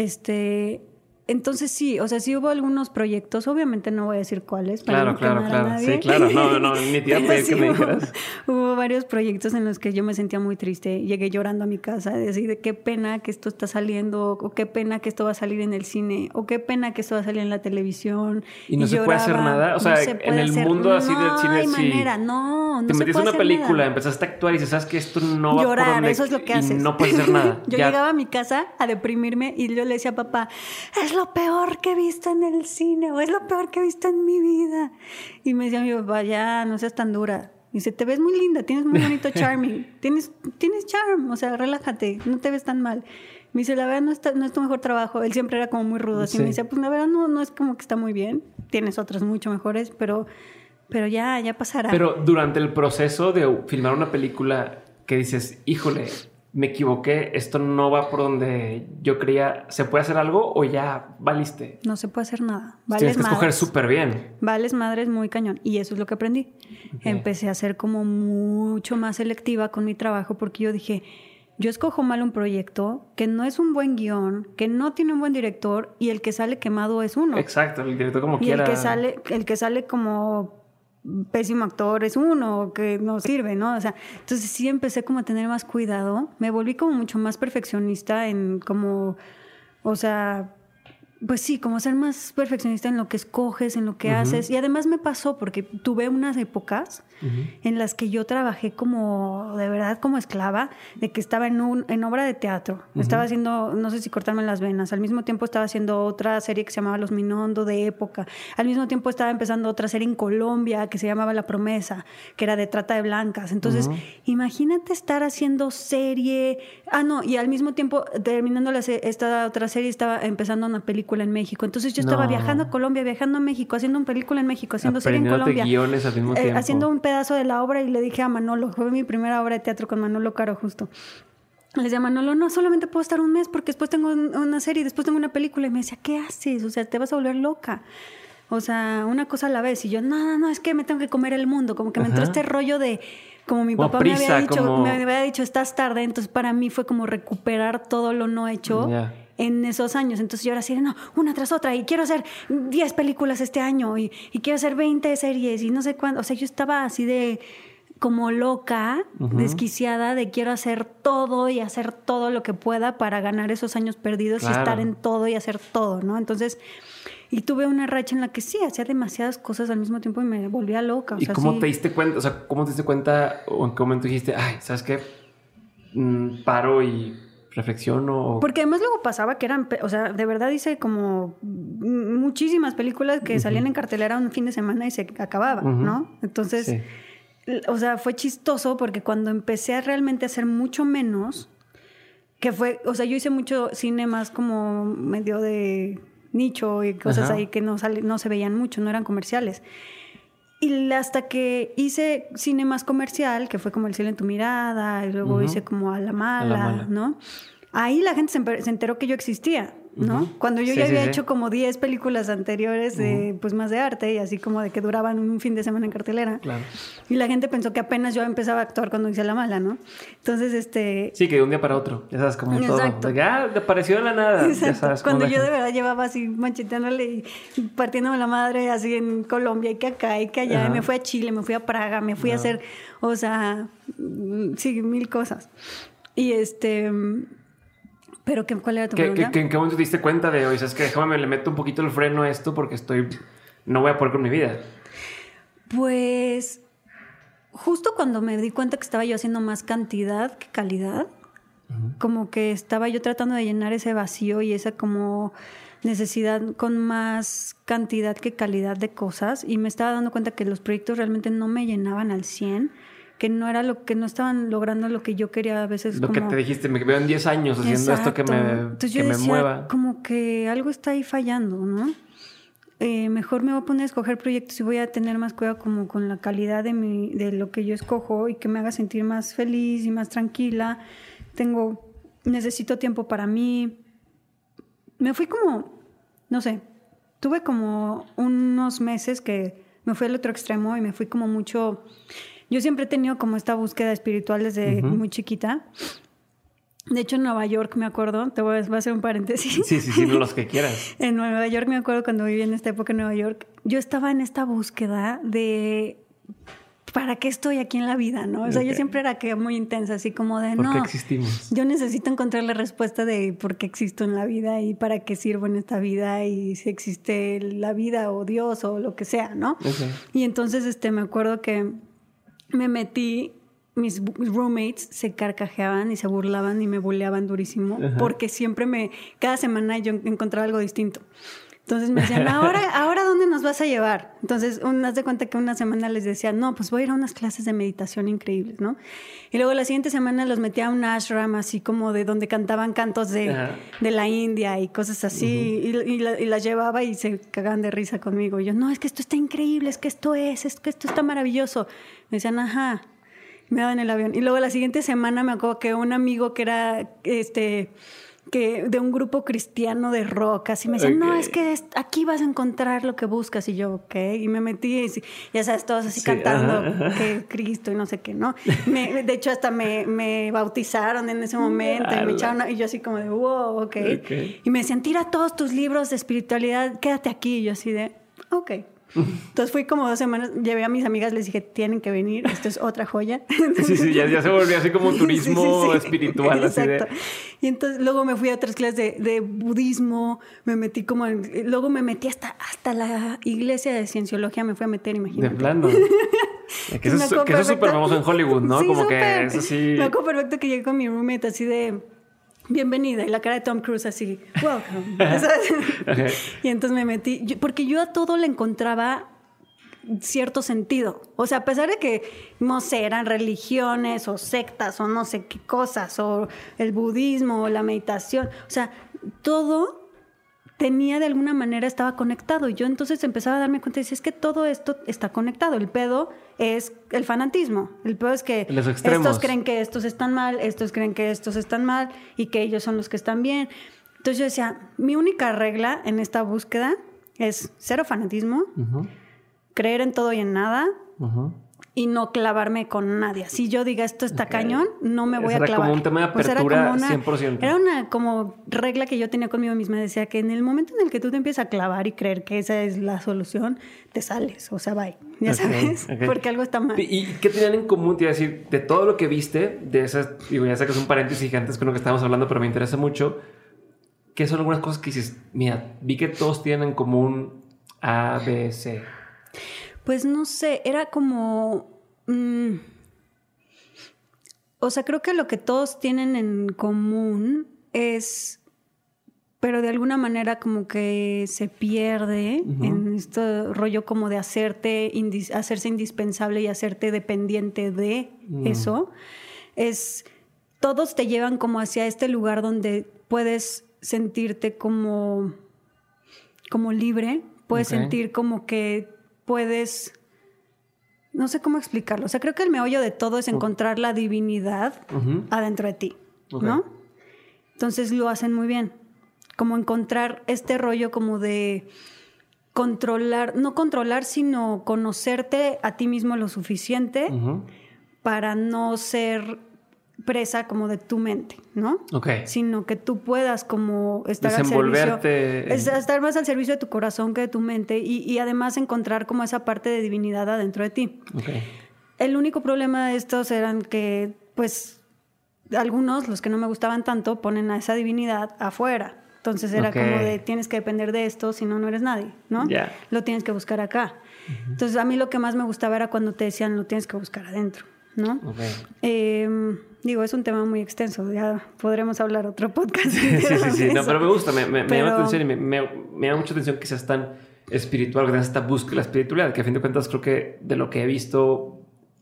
S1: Este, entonces sí, o sea, sí hubo algunos proyectos, obviamente no voy a decir cuáles para
S2: claro,
S1: no
S2: claro,
S1: quemar
S2: claro.
S1: a nadie.
S2: Sí, claro, no, no, ni te iba a pedir que me dijeras.
S1: Hubo, hubo varios proyectos en los que yo me sentía muy triste, llegué llorando a mi casa, decir de qué pena que esto está saliendo, o qué pena que esto va a salir en el cine, o qué pena que esto va a salir en la televisión.
S2: Y no y se lloraba, puede hacer nada, o sea, no en el hacer, mundo así
S1: no
S2: del cine,
S1: hay
S2: sí.
S1: manera, no, no
S2: te
S1: se
S2: metiste
S1: puede
S2: en una película,
S1: nada.
S2: Empezaste a actuar y dices, ¿sabes qué? Esto no va
S1: Llorar,
S2: por donde...
S1: eso es lo que
S2: y
S1: haces.
S2: no puedes hacer nada.
S1: Yo
S2: ya.
S1: llegaba a mi casa a deprimirme y yo le decía a papá, es lo peor que he visto en el cine, o es lo peor que he visto en mi vida. Y me decía mi papá, ya, no seas tan dura. Y dice, te ves muy linda, tienes muy bonito charming, tienes, tienes charm, o sea, relájate, no te ves tan mal. Me dice, la verdad no, está, no es tu mejor trabajo. Él siempre era como muy rudo, así sí. me dice, pues la verdad no, no es como que está muy bien, tienes otras mucho mejores, pero, pero ya, ya pasará.
S2: Pero durante el proceso de filmar una película que dices, híjole, me equivoqué, esto no va por donde yo creía, ¿se puede hacer algo o ya valiste?
S1: No se puede hacer nada.
S2: Vales Tienes que madres. Escoger súper bien.
S1: Vales madres muy cañón. Y eso es lo que aprendí. Okay. Empecé a ser como mucho más selectiva con mi trabajo, porque yo dije, yo escojo mal un proyecto que no es un buen guión, que no tiene un buen director, y el que sale quemado es uno.
S2: Exacto, el director como
S1: y
S2: quiera.
S1: Y el que sale, el que sale como... pésimo actor es uno que no sirve, ¿no? O sea, entonces sí empecé como a tener más cuidado. Me volví como mucho más perfeccionista en como, o sea, pues sí, como ser más perfeccionista en lo que escoges, en lo que uh-huh. haces. Y además me pasó porque tuve unas épocas uh-huh. en las que yo trabajé como, de verdad, como esclava, de que estaba en un en obra de teatro. Uh-huh. Estaba haciendo, no sé si cortarme las venas. Al mismo tiempo estaba haciendo otra serie que se llamaba Los Minondo, de época. Al mismo tiempo estaba empezando otra serie en Colombia que se llamaba La Promesa, que era de trata de blancas. Entonces, uh-huh. imagínate estar haciendo serie. Ah, no, y al mismo tiempo, terminando la, esta otra serie, estaba empezando una película en México. Entonces yo estaba no. viajando a Colombia, viajando a México, haciendo una película en México, haciendo serie en Colombia.
S2: Guiones al mismo
S1: eh,
S2: tiempo.
S1: Haciendo un pedazo de la obra, y le dije a Manolo, fue mi primera obra de teatro con Manolo Caro justo. Le decía a Manolo, no, solamente puedo estar un mes porque después tengo una serie y después tengo una película. Y me decía, ¿qué haces? O sea, te vas a volver loca. O sea, una cosa a la vez. Y yo, no, no, no, es que me tengo que comer el mundo. Como que me Ajá. entró este rollo de... Como mi papá
S2: prisa,
S1: me había dicho,
S2: como...
S1: me había dicho, estás tarde. Entonces para mí fue como recuperar todo lo no hecho yeah. en esos años. Entonces yo ahora sí, no, una tras otra. Y quiero hacer diez películas este año. Y, y quiero hacer veinte series y no sé cuánto. O sea, yo estaba así de... como loca, uh-huh. desquiciada de quiero hacer todo y hacer todo lo que pueda para ganar esos años perdidos claro. y estar en todo y hacer todo, ¿no? Entonces, y tuve una racha en la que sí, hacía demasiadas cosas al mismo tiempo y me volvía loca. O
S2: ¿Y
S1: sea,
S2: cómo
S1: sí.
S2: te diste cuenta? O sea, ¿cómo te diste cuenta o en qué momento dijiste, ay, ¿sabes qué? Mm, paro y reflexiono.
S1: Porque además luego pasaba que eran, o sea, de verdad hice como muchísimas películas que uh-huh. salían en cartelera un fin de semana y se acababan, uh-huh. ¿no? Entonces... Sí. O sea, fue chistoso porque cuando empecé a realmente hacer mucho menos, que fue, o sea, yo hice mucho cine más como medio de nicho y cosas Ajá. ahí que no, sale, no se veían mucho, no eran comerciales. Y hasta que hice cine más comercial, que fue como El cielo en tu mirada, y luego uh-huh. hice como A la mala, a la mala, ¿no? Ahí la gente se, se enteró que yo existía, ¿no? Uh-huh. Cuando yo sí, ya había sí, hecho sí. como diez películas anteriores de, uh-huh. pues más de arte y así como de que duraban un fin de semana en cartelera. Claro. Y la gente pensó que apenas yo empezaba a actuar cuando hice La mala, ¿no? Entonces, este...
S2: Sí, que de un día para otro, ya sabes, como Exacto. todo. Ya apareció de la nada, Exacto. ya sabes.
S1: Cuando yo de verdad llevaba así macheteándole y partiéndome la madre así en Colombia y que acá y que allá. Uh-huh. Y me fui a Chile, me fui a Praga, me fui uh-huh. a hacer, o sea, sí, mil cosas. Y este... ¿Pero qué, cuál era tu
S2: ¿Qué,
S1: pregunta?
S2: ¿qué, ¿En qué momento te diste cuenta de hoy? ¿Sabes que déjame, le meto un poquito el freno a esto porque estoy... No voy a poder con mi vida.
S1: Pues... Justo cuando me di cuenta que estaba yo haciendo más cantidad que calidad, uh-huh. como que estaba yo tratando de llenar ese vacío y esa como necesidad con más cantidad que calidad de cosas, y me estaba dando cuenta que los proyectos realmente no me llenaban al cien, que no era lo que no estaban logrando lo que yo quería a veces.
S2: Lo como... que te dijiste, me veo en diez años haciendo Exacto. esto que me, Entonces que yo decía, me mueva.
S1: Como que algo está ahí fallando, ¿no? Eh, mejor me voy a poner a escoger proyectos y voy a tener más cuidado como con la calidad de mi, de lo que yo escojo y que me haga sentir más feliz y más tranquila. Tengo, necesito tiempo para mí. Me fui como, no sé, tuve como unos meses que me fui al otro extremo y me fui como mucho... Yo siempre he tenido como esta búsqueda espiritual desde uh-huh. muy chiquita. De hecho, en Nueva York, me acuerdo, te voy a, voy a hacer un paréntesis.
S2: Sí, sí, sí, los que quieras.
S1: En Nueva York, me acuerdo cuando viví en esta época en Nueva York, yo estaba en esta búsqueda de ¿para qué estoy aquí en la vida? ¿No? O sea, okay. yo siempre era que muy intensa, así como de,
S2: ¿Por
S1: no,
S2: qué existimos?
S1: Yo necesito encontrar la respuesta de por qué existo en la vida y para qué sirvo en esta vida y si existe la vida o Dios o lo que sea, ¿no? Okay. Y entonces, este, me acuerdo que me metí, mis roommates se carcajeaban y se burlaban y me buleaban durísimo uh-huh. porque siempre me, cada semana yo encontraba algo distinto. Entonces me decían, ahora, ¿ahora dónde nos vas a llevar? Entonces, un, haz de cuenta que una semana les decía, no, pues voy a ir a unas clases de meditación increíbles, ¿no? Y luego la siguiente semana los metía a un ashram así como de donde cantaban cantos de, uh-huh. de la India y cosas así. Uh-huh. y, y, la, y las llevaba y se cagaban de risa conmigo. Y yo, no, es que esto está increíble, es que esto es, es que esto está maravilloso. Me decían, ajá. Me daban el avión. Y luego la siguiente semana me acuerdo que un amigo que era... este que de un grupo cristiano de rock, así me decían, okay. no, es que es, aquí vas a encontrar lo que buscas, y yo, ok, y me metí, y, ya sabes, todos así sí, cantando ajá, ajá. que Cristo y no sé qué, ¿no? Me, de hecho, hasta me, me bautizaron en ese momento, y me echaron, y yo así como de, wow, okay. ok, y me decían, tira todos tus libros de espiritualidad, quédate aquí, y yo así de, ok. Entonces fui como dos semanas, llevé a mis amigas, les dije, tienen que venir, esto es otra joya.
S2: Sí, sí, ya, ya se volvió así como un turismo sí, sí, sí. espiritual.
S1: Exacto.
S2: Así de...
S1: Y entonces luego me fui a otras clases de, de budismo, me metí como, en, luego me metí hasta, hasta la iglesia de cienciología, me fui a meter, imagínate.
S2: De plano. que eso, es, que eso es súper famoso en Hollywood, ¿no?
S1: Sí,
S2: como
S1: super.
S2: que es así.
S1: Me acuerdo perfecto que llegué con mi roommate así de... bienvenida, y la cara de Tom Cruise así, welcome. Okay. Y entonces me metí, yo, porque yo a todo le encontraba cierto sentido. O sea, a pesar de que, no sé, eran religiones o sectas o no sé qué cosas, o el budismo o la meditación, o sea, todo tenía de alguna manera, estaba conectado. Y yo entonces empezaba a darme cuenta y decía, es que todo esto está conectado. El pedo es el fanatismo. El pedo es que estos creen que estos están mal, estos creen que estos están mal y que ellos son los que están bien. Entonces yo decía, mi única regla en esta búsqueda es cero fanatismo, uh-huh. creer en todo y en nada, uh-huh. y no clavarme con nadie. Si yo diga esto está okay. cañón, no me voy
S2: Esa
S1: a clavar.
S2: Era como un tema de apertura, o sea, era como una, cien por ciento.
S1: Era una como regla que yo tenía conmigo misma. Decía que en el momento en el que tú te empiezas a clavar y creer que esa es la solución, te sales. O sea, bye. Ya okay, sabes, okay. porque algo está mal.
S2: ¿Y qué tenían en común? Te iba a decir, de todo lo que viste, de esas, digo, ya sé que es un paréntesis gigantes con lo que estábamos hablando, pero me interesa mucho. ¿Qué son algunas cosas que dices? Mira, vi que todos tienen en común A, B, C.
S1: Pues no sé, era como... Mm, o sea, creo que lo que todos tienen en común es... pero de alguna manera como que se pierde uh-huh. en este rollo como de hacerte indis- hacerse indispensable y hacerte dependiente de uh-huh. eso. Es... todos te llevan como hacia este lugar donde puedes sentirte como, como libre, puedes okay. sentir como que puedes... No sé cómo explicarlo. O sea, creo que el meollo de todo es encontrar la divinidad uh-huh. adentro de ti, okay. ¿no? Entonces lo hacen muy bien. Como encontrar este rollo como de controlar, no controlar, sino conocerte a ti mismo lo suficiente uh-huh. para no ser presa como de tu mente, ¿no?
S2: Okay.
S1: Sino que tú puedas como estar al servicio, es, estar más al servicio de tu corazón que de tu mente y, y además encontrar como esa parte de divinidad adentro de ti.
S2: Okay.
S1: El único problema de estos eran que, pues, algunos, los que no me gustaban tanto, ponen a esa divinidad afuera. Entonces era okay. como de, tienes que depender de esto, si no, no eres nadie, ¿no?
S2: Yeah.
S1: Lo tienes que buscar acá. Uh-huh. Entonces a mí lo que más me gustaba era cuando te decían, lo tienes que buscar adentro, ¿no? Okay. Eh, digo, es un tema muy extenso, ya podremos hablar otro podcast.
S2: sí, sí, sí, no, pero me gusta, me, me, pero... me llama la atención y me, me, me llama mucha atención que seas tan espiritual, que tengas esta búsqueda de la espiritualidad, que a fin de cuentas creo que de lo que he visto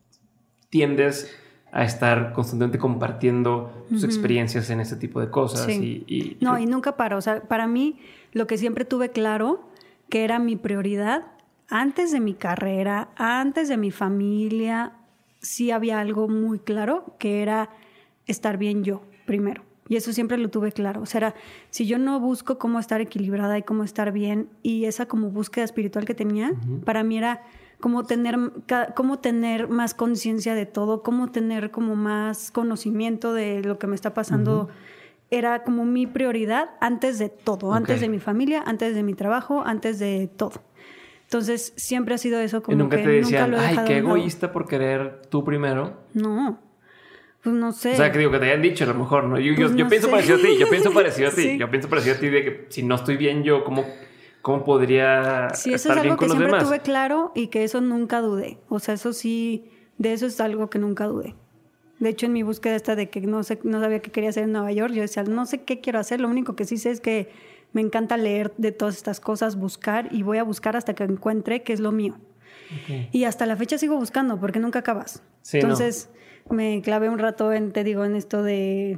S2: tiendes a estar constantemente compartiendo tus uh-huh. experiencias en este tipo de cosas.
S1: Sí.
S2: Y, y,
S1: no, y nunca paro. O sea, para mí, lo que siempre tuve claro, que era mi prioridad, antes de mi carrera, antes de mi familia, sí había algo muy claro, que era estar bien yo, primero. Y eso siempre lo tuve claro. O sea, era, si yo no busco cómo estar equilibrada y cómo estar bien, y esa como búsqueda espiritual que tenía, uh-huh. para mí era... Cómo tener, cómo tener más conciencia de todo, cómo tener como más conocimiento de lo que me está pasando. Uh-huh. Era como mi prioridad antes de todo, okay. antes de mi familia, antes de mi trabajo, antes de todo. Entonces, siempre ha sido eso como
S2: ¿Y nunca
S1: que
S2: te decían,
S1: nunca lo he
S2: ay,
S1: dejado
S2: qué
S1: de lado.
S2: egoísta por querer tú primero?
S1: No, pues no sé.
S2: O sea, que digo, que te hayan dicho a lo mejor, ¿no? Yo,
S1: pues
S2: yo, yo
S1: no
S2: pienso
S1: sé.
S2: parecido a ti, yo pienso parecido a ti.
S1: Sí.
S2: Yo pienso parecido a ti de que si no estoy bien yo, ¿cómo... ¿Cómo podría
S1: sí, eso
S2: estar
S1: es
S2: bien
S1: algo
S2: con
S1: que
S2: los
S1: siempre
S2: demás?
S1: tuve claro y que eso nunca dudé. O sea, eso sí, de eso es algo que nunca dudé. De hecho, en mi búsqueda esta de que no sé, no sabía qué quería hacer en Nueva York, yo decía, no sé qué quiero hacer, lo único que sí sé es que me encanta leer de todas estas cosas, buscar, y voy a buscar hasta que encuentre qué es lo mío. Okay. Y hasta la fecha sigo buscando, porque nunca acabas. Sí, Entonces, no. me clavé un rato en, te digo, en esto de...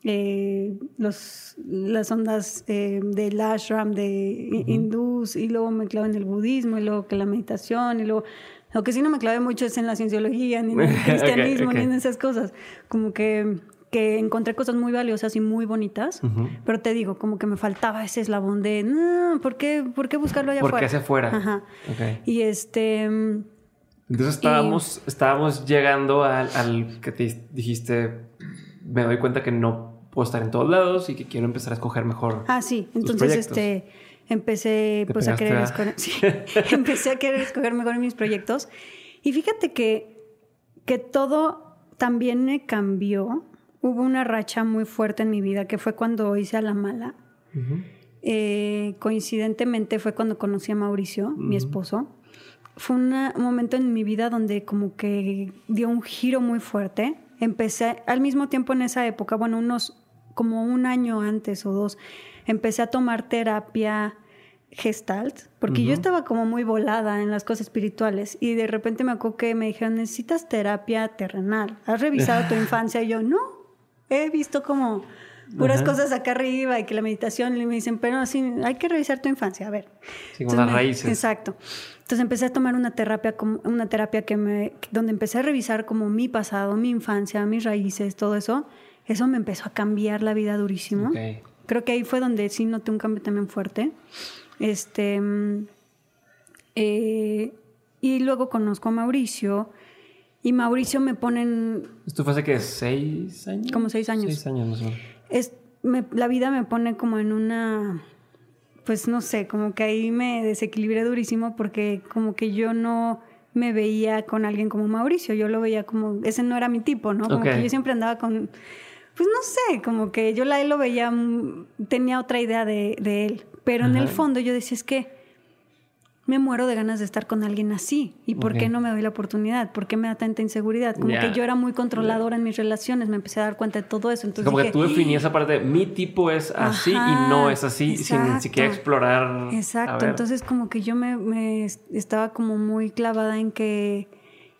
S1: Eh, los, las ondas eh, del ashram de uh-huh. hindús, y luego me clavé en el budismo, y luego que la meditación, y luego lo que sí no me clavé mucho es en la cienciología, ni en el cristianismo, okay, okay. ni en esas cosas. Como que, que encontré cosas muy valiosas y muy bonitas, uh-huh. pero te digo, como que me faltaba ese eslabón de no, ¿por qué, ¿por qué buscarlo allá
S2: ¿Por
S1: afuera?
S2: ¿Por qué hacia afuera?
S1: Ajá.
S2: Okay.
S1: Y este...
S2: Entonces estábamos, y... estábamos llegando al, al que te dijiste, me doy cuenta que no puedo estar en todos lados y que quiero empezar a escoger mejor.
S1: Ah, sí. Entonces, este, empecé pues a querer a... escoger, sí, empecé a querer escoger mejor mis proyectos. Y fíjate que, que todo también me cambió. Hubo una racha muy fuerte en mi vida que fue cuando hice a la mala. Uh-huh. Eh, coincidentemente fue cuando conocí a Mauricio, uh-huh. mi esposo. Fue una, un momento en mi vida donde como que dio un giro muy fuerte. Empecé al mismo tiempo en esa época, bueno, unos como un año antes o dos, empecé a tomar terapia Gestalt, porque uh-huh. yo estaba como muy volada en las cosas espirituales y de repente me acuerdo que me dijeron, necesitas terapia terrenal, ¿has revisado tu infancia? Y yo, no, he visto como puras uh-huh. cosas acá arriba y que la meditación, y me dicen, pero sí, hay que revisar tu infancia, a ver.
S2: Sí, como las raíces.
S1: Exacto. Entonces empecé a tomar una terapia, una terapia que me, donde empecé a revisar como mi pasado, mi infancia, mis raíces, todo eso. Eso me empezó a cambiar la vida durísimo. Okay. Creo que ahí fue donde sí noté un cambio también fuerte. Este, eh, y luego conozco a Mauricio y Mauricio me pone en...
S2: ¿Esto fue hace qué? ¿Seis años?
S1: Como seis años.
S2: Seis años más o menos.
S1: Es, me, la vida me pone como en una... Pues no sé, como que ahí me desequilibré durísimo porque como que yo no me veía con alguien como Mauricio. Yo lo veía como... Ese no era mi tipo, ¿no? Como okay. que yo siempre andaba con... Pues no sé, como que yo la él lo veía... Tenía otra idea de, de él. Pero Ajá. en el fondo yo decía, es que me muero de ganas de estar con alguien así. ¿Y por okay. qué no me doy la oportunidad? ¿Por qué me da tanta inseguridad? Como yeah. que yo era muy controladora yeah. en mis relaciones. Me empecé a dar cuenta de todo eso. Entonces
S2: como
S1: dije,
S2: que tú definías esa parte de mi tipo es así Ajá, y no es así. Exacto. Sin siquiera explorar.
S1: Exacto. Entonces como que yo me, me estaba como muy clavada en que...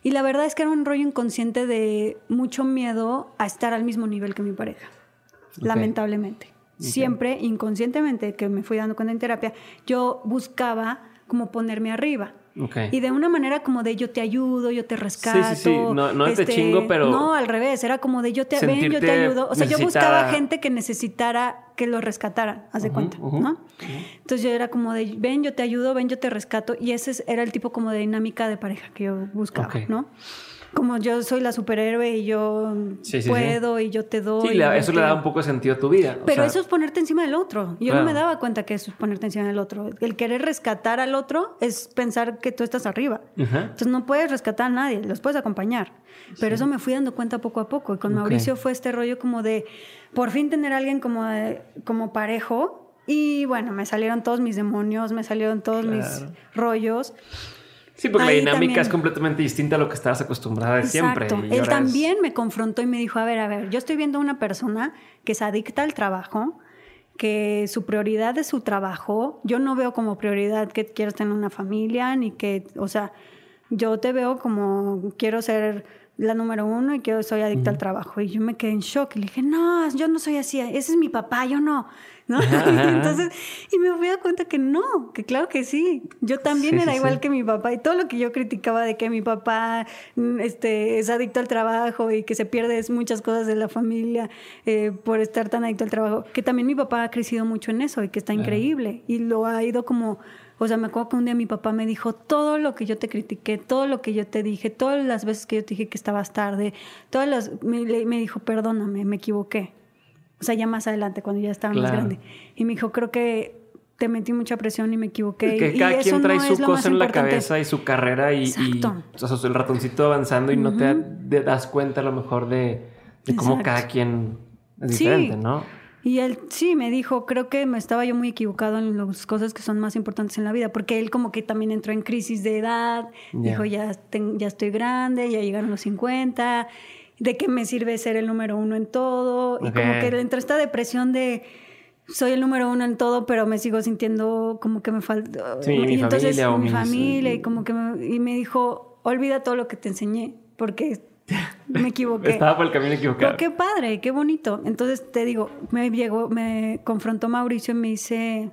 S1: Y la verdad es que era un rollo inconsciente de mucho miedo a estar al mismo nivel que mi pareja, okay. lamentablemente. Okay. Siempre, inconscientemente, que me fui dando cuenta en terapia, yo buscaba como ponerme arriba. Okay. Y de una manera como de yo te ayudo, yo te rescato.
S2: Sí, sí, sí. No, no este, te chingo, pero...
S1: No, al revés. Era como de yo te ven, yo te ayudo. O sea, yo buscaba gente que necesitara que lo rescataran, haz de uh-huh, cuenta, uh-huh, ¿no? Uh-huh. Entonces yo era como de ven, yo te ayudo, ven, yo te rescato. Y ese era el tipo como de dinámica de pareja que yo buscaba, okay. ¿no? Como yo soy la superhéroe y yo sí, sí, puedo sí. y yo te doy.
S2: Sí, la, eso
S1: te...
S2: le da un poco de sentido a tu vida.
S1: Pero
S2: o sea...
S1: eso es ponerte encima del otro. Yo claro. no me daba cuenta que eso es ponerte encima del otro. El querer rescatar al otro es pensar que tú estás arriba. Uh-huh. Entonces no puedes rescatar a nadie, los puedes acompañar. Pero sí. eso me fui dando cuenta poco a poco. Y con okay. Mauricio fue este rollo como de por fin tener a alguien como, de, como parejo. Y bueno, me salieron todos mis demonios, me salieron todos claro. mis rollos.
S2: Sí, porque
S1: Ahí
S2: la dinámica
S1: también.
S2: es completamente distinta a lo que estabas acostumbrada de
S1: Exacto.
S2: siempre.
S1: Él también es... me confrontó y me dijo, a ver, a ver, yo estoy viendo una persona que es adicta al trabajo, que su prioridad es su trabajo. Yo no veo como prioridad que quieras tener una familia, ni que, o sea, yo te veo como quiero ser la número uno y que soy adicta uh-huh. al trabajo. Y yo me quedé en shock y le dije, no, yo no soy así, ese es mi papá, yo no. ¿No? Entonces, y me fui a dar cuenta que no, que claro que sí. Yo también sí, era sí, igual sí. que mi papá. Y todo lo que yo criticaba de que mi papá este, es adicto al trabajo y que se pierde muchas cosas de la familia eh, por estar tan adicto al trabajo, que también mi papá ha crecido mucho en eso y que está claro. increíble. Y lo ha ido como... O sea, me acuerdo que un día mi papá me dijo todo lo que yo te critiqué, todo lo que yo te dije, todas las veces que yo te dije que estabas tarde, todas las... Me, me dijo, perdóname, me equivoqué. O sea, ya más adelante, cuando ya estaba claro. más grande. Y me dijo, creo que te metí mucha presión y me equivoqué.
S2: Es que
S1: y
S2: cada
S1: eso
S2: quien trae
S1: no
S2: su cosa en la cabeza y su carrera y, y o sea, el ratoncito avanzando y uh-huh. no te, te das cuenta a lo mejor de, de cómo cada quien es diferente, sí. ¿no?
S1: Y él sí me dijo, creo que me estaba yo muy equivocado en las cosas que son más importantes en la vida, porque él como que también entró en crisis de edad, yeah. dijo, ya, ten, ya estoy grande, ya llegaron los cincuenta... ¿De qué me sirve ser el número uno en todo? Okay. Y como que le entró esta depresión de soy el número uno en todo, pero me sigo sintiendo como que me falta.
S2: Sí,
S1: y
S2: mi
S1: entonces
S2: familia o
S1: mi
S2: mis...
S1: familia y como que me, y me dijo, olvida todo lo que te enseñé, porque me equivoqué.
S2: Estaba por el camino equivocado.
S1: Pero qué padre, qué bonito. Entonces te digo, me llegó, me confrontó Mauricio y me dice,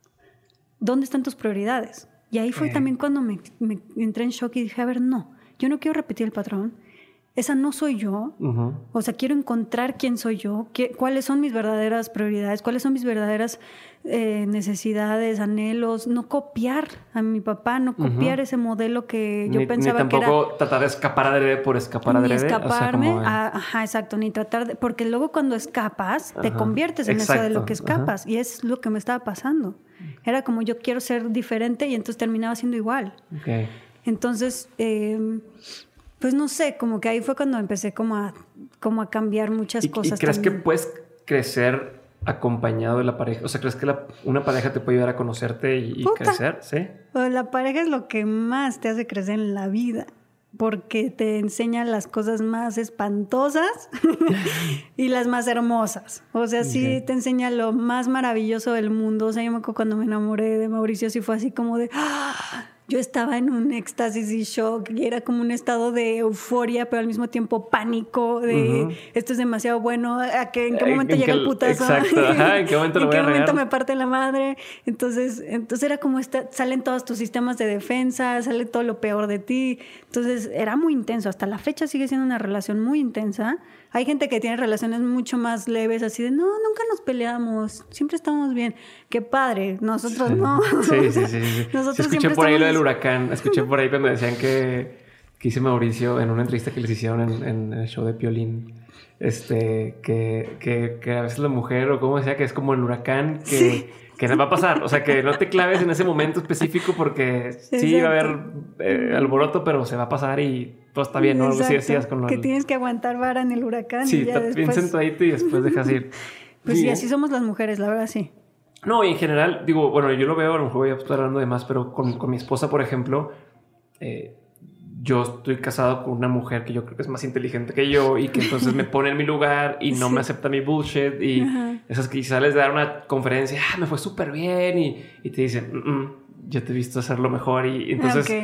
S1: ¿dónde están tus prioridades? Y ahí fue eh. también cuando me, me entré en shock y dije, a ver, no, yo no quiero repetir el patrón. Esa no soy yo. Uh-huh. O sea, quiero encontrar quién soy yo, qué, cuáles son mis verdaderas prioridades, cuáles son mis verdaderas eh, necesidades, anhelos. No copiar a mi papá, no copiar uh-huh. ese modelo que yo
S2: ni,
S1: pensaba
S2: ni
S1: que era...
S2: Ni tampoco tratar de escapar adrede por escapar adrede.
S1: Ni escaparme.
S2: O sea, como...
S1: a, ajá, exacto. Ni tratar de... Porque luego cuando escapas, te uh-huh. conviertes en exacto. eso de lo que escapas. Uh-huh. Y es lo que me estaba pasando. Era como yo quiero ser diferente y entonces terminaba siendo igual. Okay. Entonces... Eh, pues no sé, como que ahí fue cuando empecé como a, como a cambiar muchas
S2: ¿Y,
S1: cosas.
S2: ¿Y crees
S1: también.
S2: que puedes crecer acompañado de la pareja? O sea, ¿crees que la, una pareja te puede ayudar a conocerte y, y crecer? ¿Sí?
S1: Pues la pareja es lo que más te hace crecer en la vida, porque te enseña las cosas más espantosas y las más hermosas. O sea, sí okay. te enseña lo más maravilloso del mundo. O sea, yo me acuerdo cuando me enamoré de Mauricio, sí fue así como de... ¡ah! Yo estaba en un éxtasis y shock y era como un estado de euforia, pero al mismo tiempo pánico de uh-huh. esto es demasiado bueno, ¿a qué, ¿en qué momento ¿En llega qué, el putazo?
S2: Exacto, ajá, ¿en qué momento lo
S1: ¿En
S2: voy
S1: qué
S2: a
S1: momento
S2: regar?
S1: me parte la madre? Entonces, entonces era como esta, salen todos tus sistemas de defensa, sale todo lo peor de ti. Entonces era muy intenso, hasta la fecha sigue siendo una relación muy intensa. Hay gente que tiene relaciones mucho más leves, así de, no, nunca nos peleamos, siempre estamos bien. Qué padre, nosotros
S2: sí.
S1: no.
S2: Sí, sí, sí. sí.
S1: Nosotros
S2: sí, escuché
S1: siempre
S2: por ahí
S1: estamos...
S2: lo del huracán, escuché por ahí cuando decían que, que hice Mauricio en una entrevista que les hicieron en, en el show de Piolín, este, que, que, que a veces la mujer, o como decía, que es como el huracán que... Sí. Que no va a pasar, o sea, que no te claves en ese momento específico porque exacto. sí va a haber eh, alboroto, pero se va a pasar y todo está bien, ¿no? Algo así decías con lo...
S1: Que tienes que aguantar vara en el huracán
S2: sí,
S1: y ya
S2: después... bien
S1: después...
S2: sentadito y después dejas ir.
S1: Pues sí, sí, así somos las mujeres, la verdad, sí.
S2: No, y en general, digo, bueno, yo lo veo, a lo mejor voy a estar hablando de más, pero con, con mi esposa, por ejemplo, eh, yo estoy casado con una mujer que yo creo que es más inteligente que yo y que entonces me pone en mi lugar y no sí. me acepta mi bullshit y uh-huh. esas que sales de dar una conferencia, ah, me fue súper bien y, y te dicen, mm-mm, yo te he visto hacerlo mejor y, y entonces okay.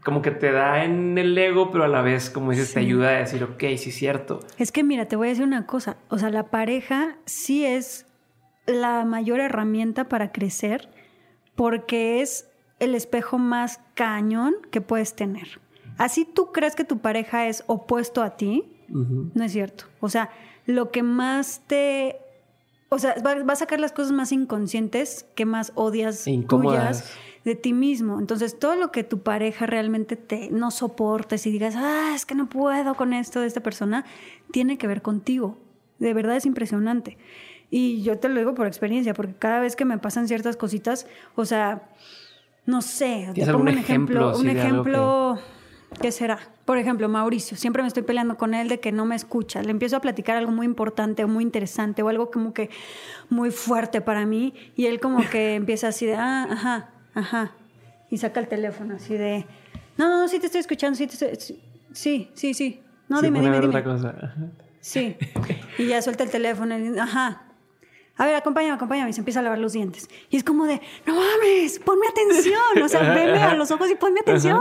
S2: como que te da en el ego, pero a la vez, como dices,
S1: Sí.
S2: te ayuda a decir, ok, sí es cierto.
S1: Es que mira, te voy a decir una cosa. O sea, la pareja sí es la mayor herramienta para crecer porque es el espejo más cañón que puedes tener. Así tú crees que tu pareja es opuesto a ti, uh-huh. No es cierto. O sea, lo que más te... O sea, va, va a sacar las cosas más inconscientes que más odias tuyas de ti mismo. Entonces, todo lo que tu pareja realmente te no soportes y digas, ah, es que no puedo con esto de esta persona, tiene que ver contigo. De verdad es impresionante. Y yo te lo digo por experiencia, porque cada vez que me pasan ciertas cositas, o sea, no sé, te pongo un ejemplo, ejemplo
S2: sí,
S1: un ejemplo, que... ¿qué será? Por ejemplo, Mauricio, siempre me estoy peleando con él de que no me escucha. Le empiezo a platicar algo muy importante o muy interesante o algo como que muy fuerte para mí y él como que empieza así de, ah, ajá, ajá, y saca el teléfono así de, no, no, no, sí te estoy escuchando, sí, te estoy... sí, sí, sí, no,
S2: sí,
S1: dime, dime, dime.
S2: Otra cosa.
S1: Sí, y ya suelta el teléfono y ajá. A ver, acompáñame, acompáñame. Y se empieza a lavar los dientes. Y es como de, no mames, ponme atención. O sea, veme a los ojos y ponme atención.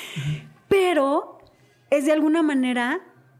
S1: Pero es de alguna manera,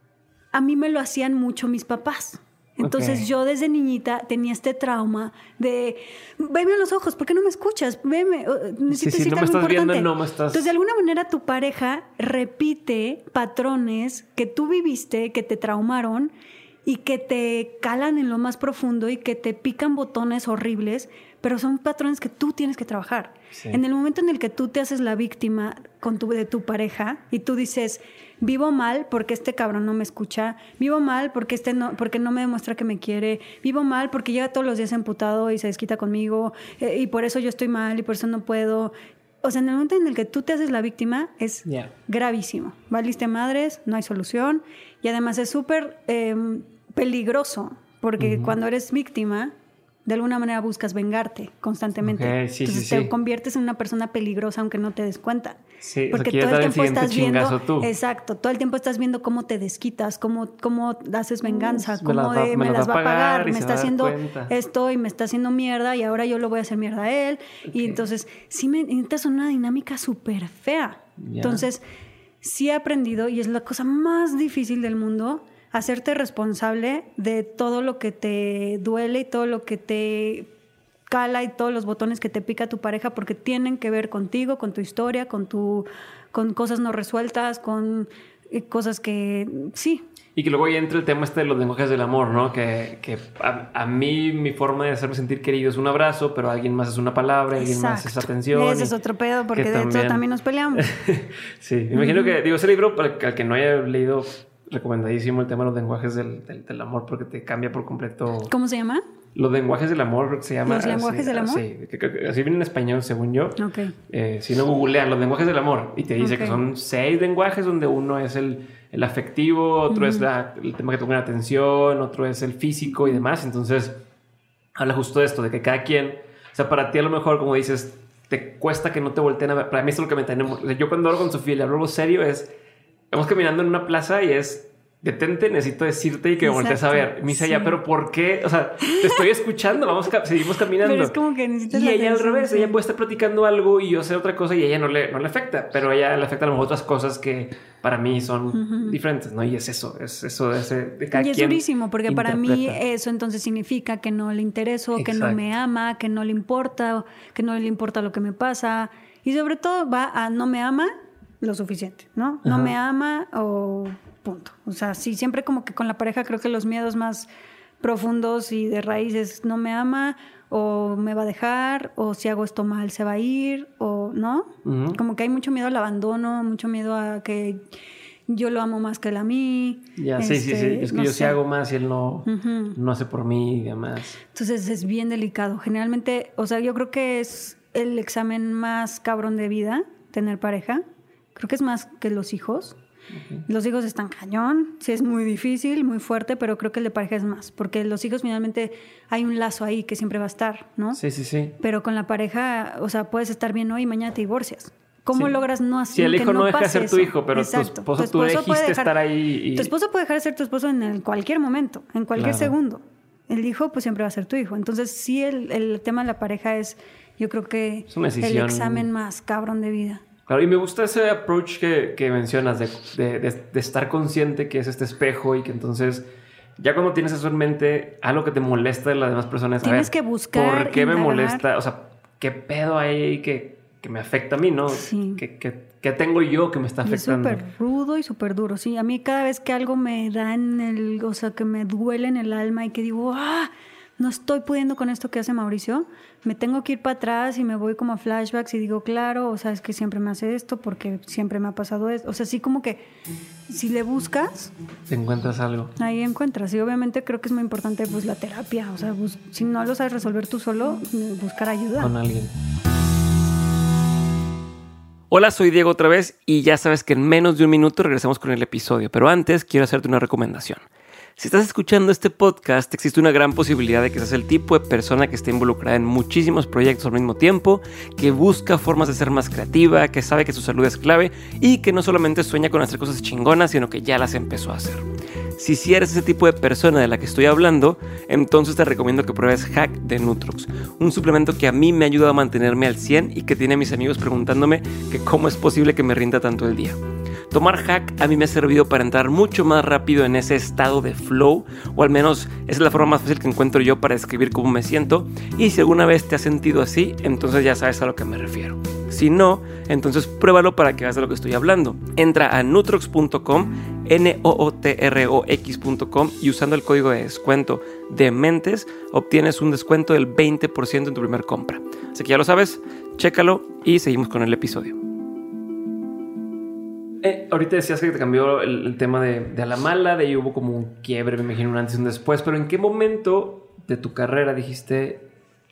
S1: a mí me lo hacían mucho mis papás. Entonces okay. Yo desde niñita tenía este trauma de, veme a los ojos, ¿por qué no me escuchas? Veme, necesito
S2: sí, sí,
S1: decirte
S2: no
S1: algo importante.
S2: Viendo, no me estás...
S1: Entonces, de alguna manera tu pareja repite patrones que tú viviste, que te traumaron y que te calan en lo más profundo y que te pican botones horribles, pero son patrones que tú tienes que trabajar. Sí. En el momento en el que tú te haces la víctima con tu, de tu pareja y tú dices, vivo mal porque este cabrón no me escucha, vivo mal porque, este no, porque no me demuestra que me quiere, vivo mal porque llega todos los días emputado y se desquita conmigo eh, y por eso yo estoy mal y por eso no puedo... O sea, en el momento en el que tú te haces la víctima es yeah. gravísimo. Valiste madres, no hay solución y además es súper eh, peligroso porque uh-huh. cuando eres víctima, de alguna manera buscas vengarte constantemente.
S2: Okay, sí,
S1: Entonces
S2: sí,
S1: te
S2: sí.
S1: conviertes en una persona peligrosa aunque no te des cuenta.
S2: Sí,
S1: porque
S2: o sea,
S1: todo el tiempo el estás viendo...
S2: Tú.
S1: Exacto, todo el tiempo estás viendo cómo te desquitas, cómo, cómo haces venganza,
S2: me
S1: cómo
S2: las va,
S1: de,
S2: me
S1: me las va a pagar, me está haciendo
S2: cuenta.
S1: esto y me está haciendo mierda y ahora yo lo voy a hacer mierda a él. Okay. Y entonces sí me entras en una dinámica súper fea. Yeah. Entonces sí he aprendido y es la cosa más difícil del mundo hacerte responsable de todo lo que te duele y todo lo que te cala y todos los botones que te pica tu pareja porque tienen que ver contigo, con tu historia, con tu con cosas no resueltas, con eh, cosas que sí.
S2: Y que luego ya entra el tema este de los lenguajes del amor, ¿no? Que, que a, a mí mi forma de hacerme sentir querido es un abrazo, pero a alguien más es una palabra, a alguien más es atención.
S1: Ese es otro pedo porque de también... hecho también nos peleamos.
S2: Sí, me imagino uh-huh. que, digo, ese libro, para el que no haya leído, recomendadísimo el tema de los lenguajes del, del, del amor porque te cambia por completo.
S1: ¿Cómo se llama?
S2: Los lenguajes del amor, creo que se llama.
S1: ¿Los lenguajes
S2: así,
S1: del amor?
S2: Sí, que, que, así viene en español, según yo.
S1: Ok.
S2: Eh, si no, googlean los lenguajes del amor y te dice
S1: okay.
S2: que son seis lenguajes donde uno es el, el afectivo, otro uh-huh. es la, el tema que toca la atención, otro es el físico y demás. Entonces, habla justo de esto, de que cada quien, o sea, para ti a lo mejor, como dices, te cuesta que no te volteen a ver. Para mí esto es lo que me tenemos. O sea, yo cuando hablo con Sofía y le hablo algo serio es, vamos caminando en una plaza y es... detente, necesito decirte y que me voltees a ver. Me dice sí. ella, pero ¿por qué? O sea, te estoy escuchando, vamos, seguimos caminando.
S1: Pero es como que necesitas
S2: y
S1: la
S2: ella
S1: atención,
S2: al revés,
S1: sí.
S2: ella puede estar platicando algo y yo sé otra cosa y a ella no le, no le afecta, pero a ella le afectan a lo mejor otras cosas que para mí son uh-huh. diferentes, ¿no? Y es eso, es eso de, ese, de cada
S1: y es
S2: quien
S1: durísimo, porque para mí eso entonces significa que no le intereso, Exacto. que no me ama, que no le importa, que no le importa lo que me pasa. Y sobre todo va a no me ama lo suficiente, ¿no? No uh-huh. me ama o... punto. O sea, sí, siempre como que con la pareja creo que los miedos más profundos y de raíces no me ama o me va a dejar o si hago esto mal se va a ir o no. Uh-huh. Como que hay mucho miedo al abandono, mucho miedo a que yo lo amo más que él a mí.
S2: Ya,
S1: este,
S2: sí, sí, sí. Es que no yo sé. sí hago más y él no, uh-huh. no hace por mí y demás.
S1: Entonces es bien delicado. Generalmente, o sea, yo creo que es el examen más cabrón de vida, tener pareja. Creo que es más que los hijos. Okay. Los hijos están cañón, sí es muy difícil, muy fuerte, pero creo que el de pareja es más, porque los hijos finalmente hay un lazo ahí que siempre va a estar, ¿no?
S2: Sí, sí, sí.
S1: Pero con la pareja, o sea, puedes estar bien hoy y mañana te divorcias. ¿Cómo
S2: sí.
S1: logras no hacer
S2: sí, el hijo
S1: que no,
S2: no deja de ser
S1: eso?
S2: tu hijo, pero
S1: Exacto.
S2: tu esposo,
S1: tu esposo
S2: tú elegiste
S1: dejar,
S2: estar ahí. Y...
S1: Tu esposo puede dejar de ser tu esposo en el, cualquier momento, en cualquier claro. segundo. El hijo pues siempre va a ser tu hijo. Entonces sí, el, el tema de la pareja es, yo creo que
S2: es una
S1: el examen más cabrón de vida.
S2: Claro, y me gusta ese approach que, que mencionas de, de, de, de estar consciente que es este espejo y que entonces ya cuando tienes eso en mente, algo que te molesta de las demás personas,
S1: tienes
S2: a ver,
S1: que buscar,
S2: ¿por qué me
S1: indagar?
S2: molesta? O sea, ¿qué pedo hay ahí que, que me afecta a mí, no?
S1: Sí.
S2: ¿Qué, qué, qué tengo yo que me está afectando?
S1: Es súper rudo y súper duro, sí. A mí cada vez que algo me da en el... O sea, que me duele en el alma y que digo, ¡ah! No estoy pudiendo con esto que hace Mauricio. Me tengo que ir para atrás y me voy como a flashbacks y digo, claro, o sea, es que siempre me hace esto porque siempre me ha pasado esto. O sea, sí como que si le buscas...
S2: Te encuentras algo.
S1: Ahí encuentras. Y obviamente creo que es muy importante pues la terapia. O sea, bus- si no lo sabes resolver tú solo, buscar ayuda.
S2: Con alguien. Hola, soy Diego otra vez y ya sabes que en menos de un minuto regresamos con el episodio. Pero antes quiero hacerte una recomendación. Si estás escuchando este podcast, existe una gran posibilidad de que seas el tipo de persona que esté involucrada en muchísimos proyectos al mismo tiempo, que busca formas de ser más creativa, que sabe que su salud es clave y que no solamente sueña con hacer cosas chingonas, sino que ya las empezó a hacer. Si sí eres ese tipo de persona de la que estoy hablando, entonces te recomiendo que pruebes Hack de Nutrox, un suplemento que a mí me ha ayudado a mantenerme al cien y que tiene a mis amigos preguntándome que cómo es posible que me rinda tanto el día. Tomar Hack a mí me ha servido para entrar mucho más rápido en ese estado de flow, o al menos esa es la forma más fácil que encuentro yo para describir cómo me siento, y si alguna vez te has sentido así, entonces ya sabes a lo que me refiero. Si no, entonces pruébalo para que veas de lo que estoy hablando. Entra a nutrox punto com, N O O T R O X punto com, y usando el código de descuento DEMENTES obtienes un descuento del veinte por ciento en tu primera compra. Así que ya lo sabes, chécalo y seguimos con el episodio. Eh, ahorita decías que te cambió el, el tema de, de a la mala, de ahí hubo como un quiebre, me imagino, un antes y un después, pero ¿en qué momento de tu carrera dijiste,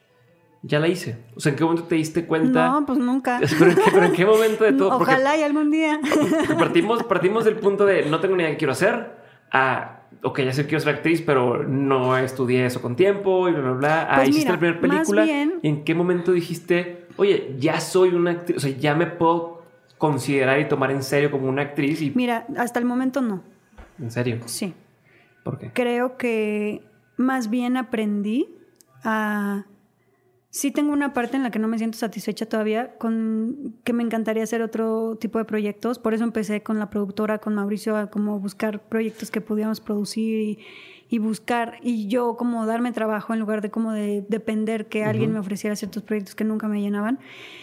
S2: ya la hice? O sea, ¿en qué momento te diste cuenta?
S1: No, pues nunca.
S2: ¿Pero en qué, pero en qué momento de todo?
S1: Ojalá y algún día.
S2: Partimos, partimos del punto de no tengo ni idea qué quiero hacer, a, ok, ya sé que quiero ser actriz, pero no estudié eso con tiempo y bla, bla, bla. Ah,
S1: Pues
S2: hiciste
S1: mira,
S2: la primera película.
S1: más bien-
S2: ¿Y en qué momento dijiste, oye, ya soy una actriz? O sea, ya me puedo considerar y tomar en serio como una actriz. Y...
S1: Mira, hasta el momento no.
S2: ¿En serio?
S1: Sí.
S2: ¿Por qué?
S1: Creo que más bien aprendí a... Sí tengo una parte en la que no me siento satisfecha todavía, con que me encantaría hacer otro tipo de proyectos. Por eso empecé con la productora, con Mauricio, a como buscar proyectos que pudiéramos producir y, y buscar, y yo como darme trabajo en lugar de como de depender que alguien
S2: Uh-huh.
S1: me ofreciera ciertos proyectos que nunca me llenaban.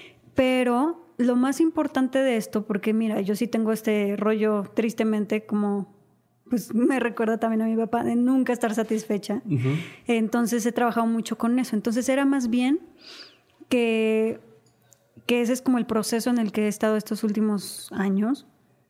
S1: Pero lo más importante de esto, porque mira, yo sí tengo este rollo tristemente como, pues me recuerda también a mi papá, de nunca estar satisfecha.
S2: Uh-huh.
S1: Entonces he trabajado mucho con eso. Entonces era más bien que, que ese es como el proceso en el que he estado estos últimos años,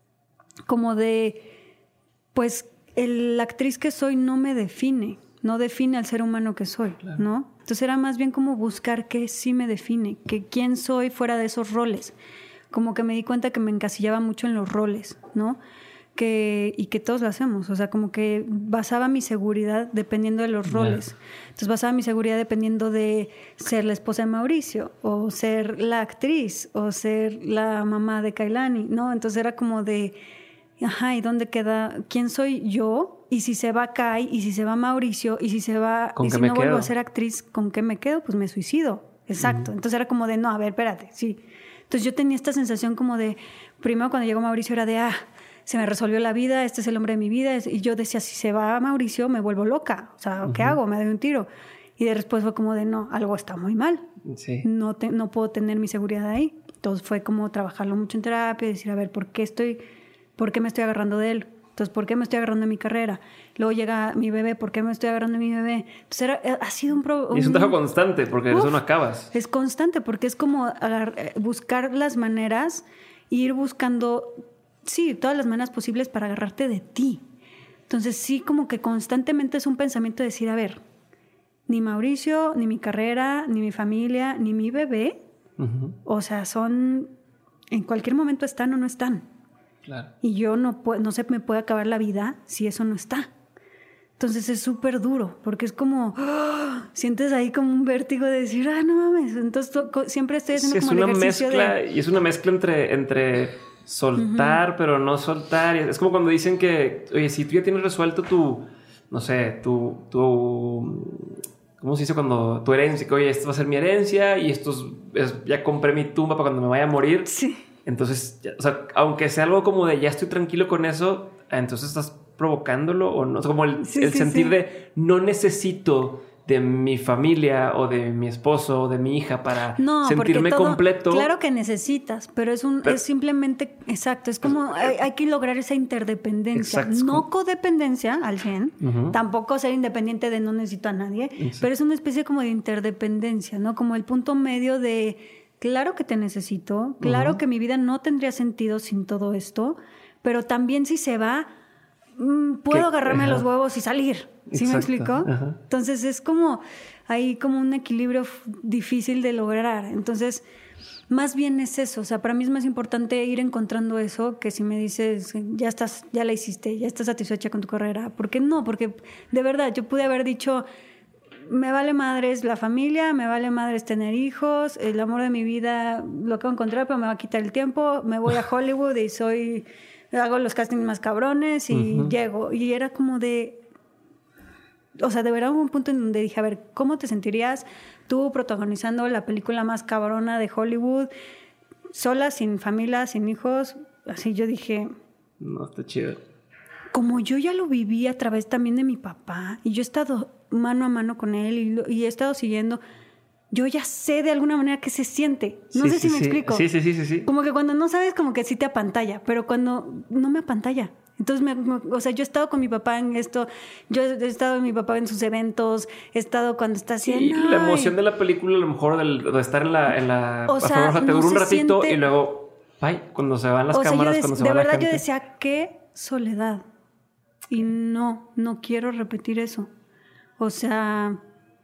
S1: como de, pues el, la actriz que soy no me define, no define al ser humano que soy, claro. ¿No? Entonces era más bien como buscar qué sí me define, que quién soy fuera de esos roles. Como que me di cuenta que me encasillaba mucho en los roles, ¿no? Que, y que todos lo hacemos. O sea, como que basaba mi seguridad dependiendo de los roles. Yeah. Entonces basaba mi seguridad dependiendo de ser la esposa de Mauricio, o ser la actriz, o ser la mamá de Kailani, ¿no? Entonces era como de, ajá, ¿y dónde queda? ¿Quién soy yo? Y si se va Kai, y si se va Mauricio, y si se va, y si no vuelvo a ser actriz, ¿con qué me quedo? Pues me suicido. Exacto. Uh-huh. Entonces era como de, no, a ver, espérate, sí. Entonces yo tenía esta sensación como de, primero cuando llegó Mauricio era de, ah, se me resolvió la vida, este es el hombre de mi vida. Y yo decía, si se va Mauricio, me vuelvo loca. O sea, ¿qué uh-huh. hago? Me doy un tiro. Y después fue como de, no, algo está muy mal.
S2: Sí.
S1: No, te, no puedo tener mi seguridad ahí. Entonces fue como trabajarlo mucho en terapia, decir, a ver, ¿por qué estoy, por qué me estoy agarrando de él? Entonces, ¿por qué me estoy agarrando de mi carrera? Luego llega mi bebé, ¿por qué me estoy agarrando de mi bebé? Entonces, era, ha sido un... Pro, un
S2: y es un trabajo constante, porque uf, eso no acabas.
S1: Es constante, porque es como agar, buscar las maneras, ir buscando, sí, todas las maneras posibles para agarrarte de ti. Entonces, sí, como que constantemente es un pensamiento de decir, a ver, ni Mauricio, ni mi carrera, ni mi familia, ni mi bebé, uh-huh. o sea, son... En cualquier momento están o no están.
S2: Claro.
S1: Y yo no, puedo, no se me puede acabar la vida si eso no está. Entonces es súper duro, porque es como, ¡oh! Sientes ahí como un vértigo de decir, ah, no mames. Entonces tú, siempre estoy haciendo sí, como
S2: es
S1: el
S2: una
S1: ejercicio
S2: mezcla,
S1: de...
S2: Y es una mezcla entre, entre soltar, uh-huh. pero no soltar. Es como cuando dicen que, oye, si tú ya tienes resuelto tu, no sé, tu, tu ¿cómo se dice cuando tu herencia? Que, oye, esto va a ser mi herencia y esto es, es, ya compré mi tumba para cuando me vaya a morir.
S1: Sí.
S2: Entonces, o sea, aunque sea algo como de ya estoy tranquilo con eso, entonces estás provocándolo o no. O sea, como el,
S1: sí,
S2: el
S1: sí,
S2: sentir
S1: sí.
S2: de no necesito de mi familia o de mi esposo o de mi hija para
S1: no,
S2: sentirme
S1: todo,
S2: completo.
S1: Claro que necesitas, pero es un
S2: pero,
S1: es simplemente, exacto, es como hay, hay que lograr esa interdependencia,
S2: exacto,
S1: no
S2: como,
S1: codependencia al cien,
S2: uh-huh.
S1: tampoco ser independiente de no necesito a nadie, exacto. Pero es una especie como de interdependencia, ¿no? Como el punto medio de claro que te necesito, claro uh-huh. que mi vida no tendría sentido sin todo esto, pero también si se va, mmm, puedo ¿Qué? agarrarme uh-huh. los huevos y salir. ¿Sí Exacto. me explico? Ajá. Entonces es como hay como un equilibrio f- difícil de lograr. Entonces, más bien es eso. O sea, para mí es más importante ir encontrando eso que si me dices, ya estás, ya la hiciste, ya estás satisfecha con tu carrera. ¿Por qué no? Porque de verdad, yo pude haber dicho, me vale madres la familia, me vale madres tener hijos, el amor de mi vida lo acabo de encontrar, pero me va a quitar el tiempo, me voy a Hollywood y soy, hago los castings más cabrones y uh-huh. llego. Y era como de... O sea, de verdad hubo un punto en donde dije, a ver, ¿cómo te sentirías tú protagonizando la película más cabrona de Hollywood, sola, sin familia, sin hijos? Así yo dije...
S2: No, está chido.
S1: Como yo ya lo viví a través también de mi papá, y yo he estado mano a mano con él, y, lo, y he estado siguiendo, yo ya sé de alguna manera qué se siente. No sí, sé
S2: sí,
S1: si me
S2: sí.
S1: explico.
S2: Sí, sí, sí, sí, sí.
S1: Como que cuando no sabes, como que sí te apantalla, pero cuando no me apantalla. Entonces, me, me, o sea, yo he estado con mi papá en esto, yo he estado con mi papá en sus eventos, he estado cuando está haciendo...
S2: Y la emoción de la película, a lo mejor del, de estar en la... En la
S1: o sea,
S2: te
S1: no
S2: dura un ratito
S1: siente...
S2: y luego, bye, cuando se van las
S1: o
S2: cámaras,
S1: sea,
S2: cuando
S1: de,
S2: se va la gente.
S1: De verdad yo decía, qué soledad. Y no, no quiero repetir eso. O sea,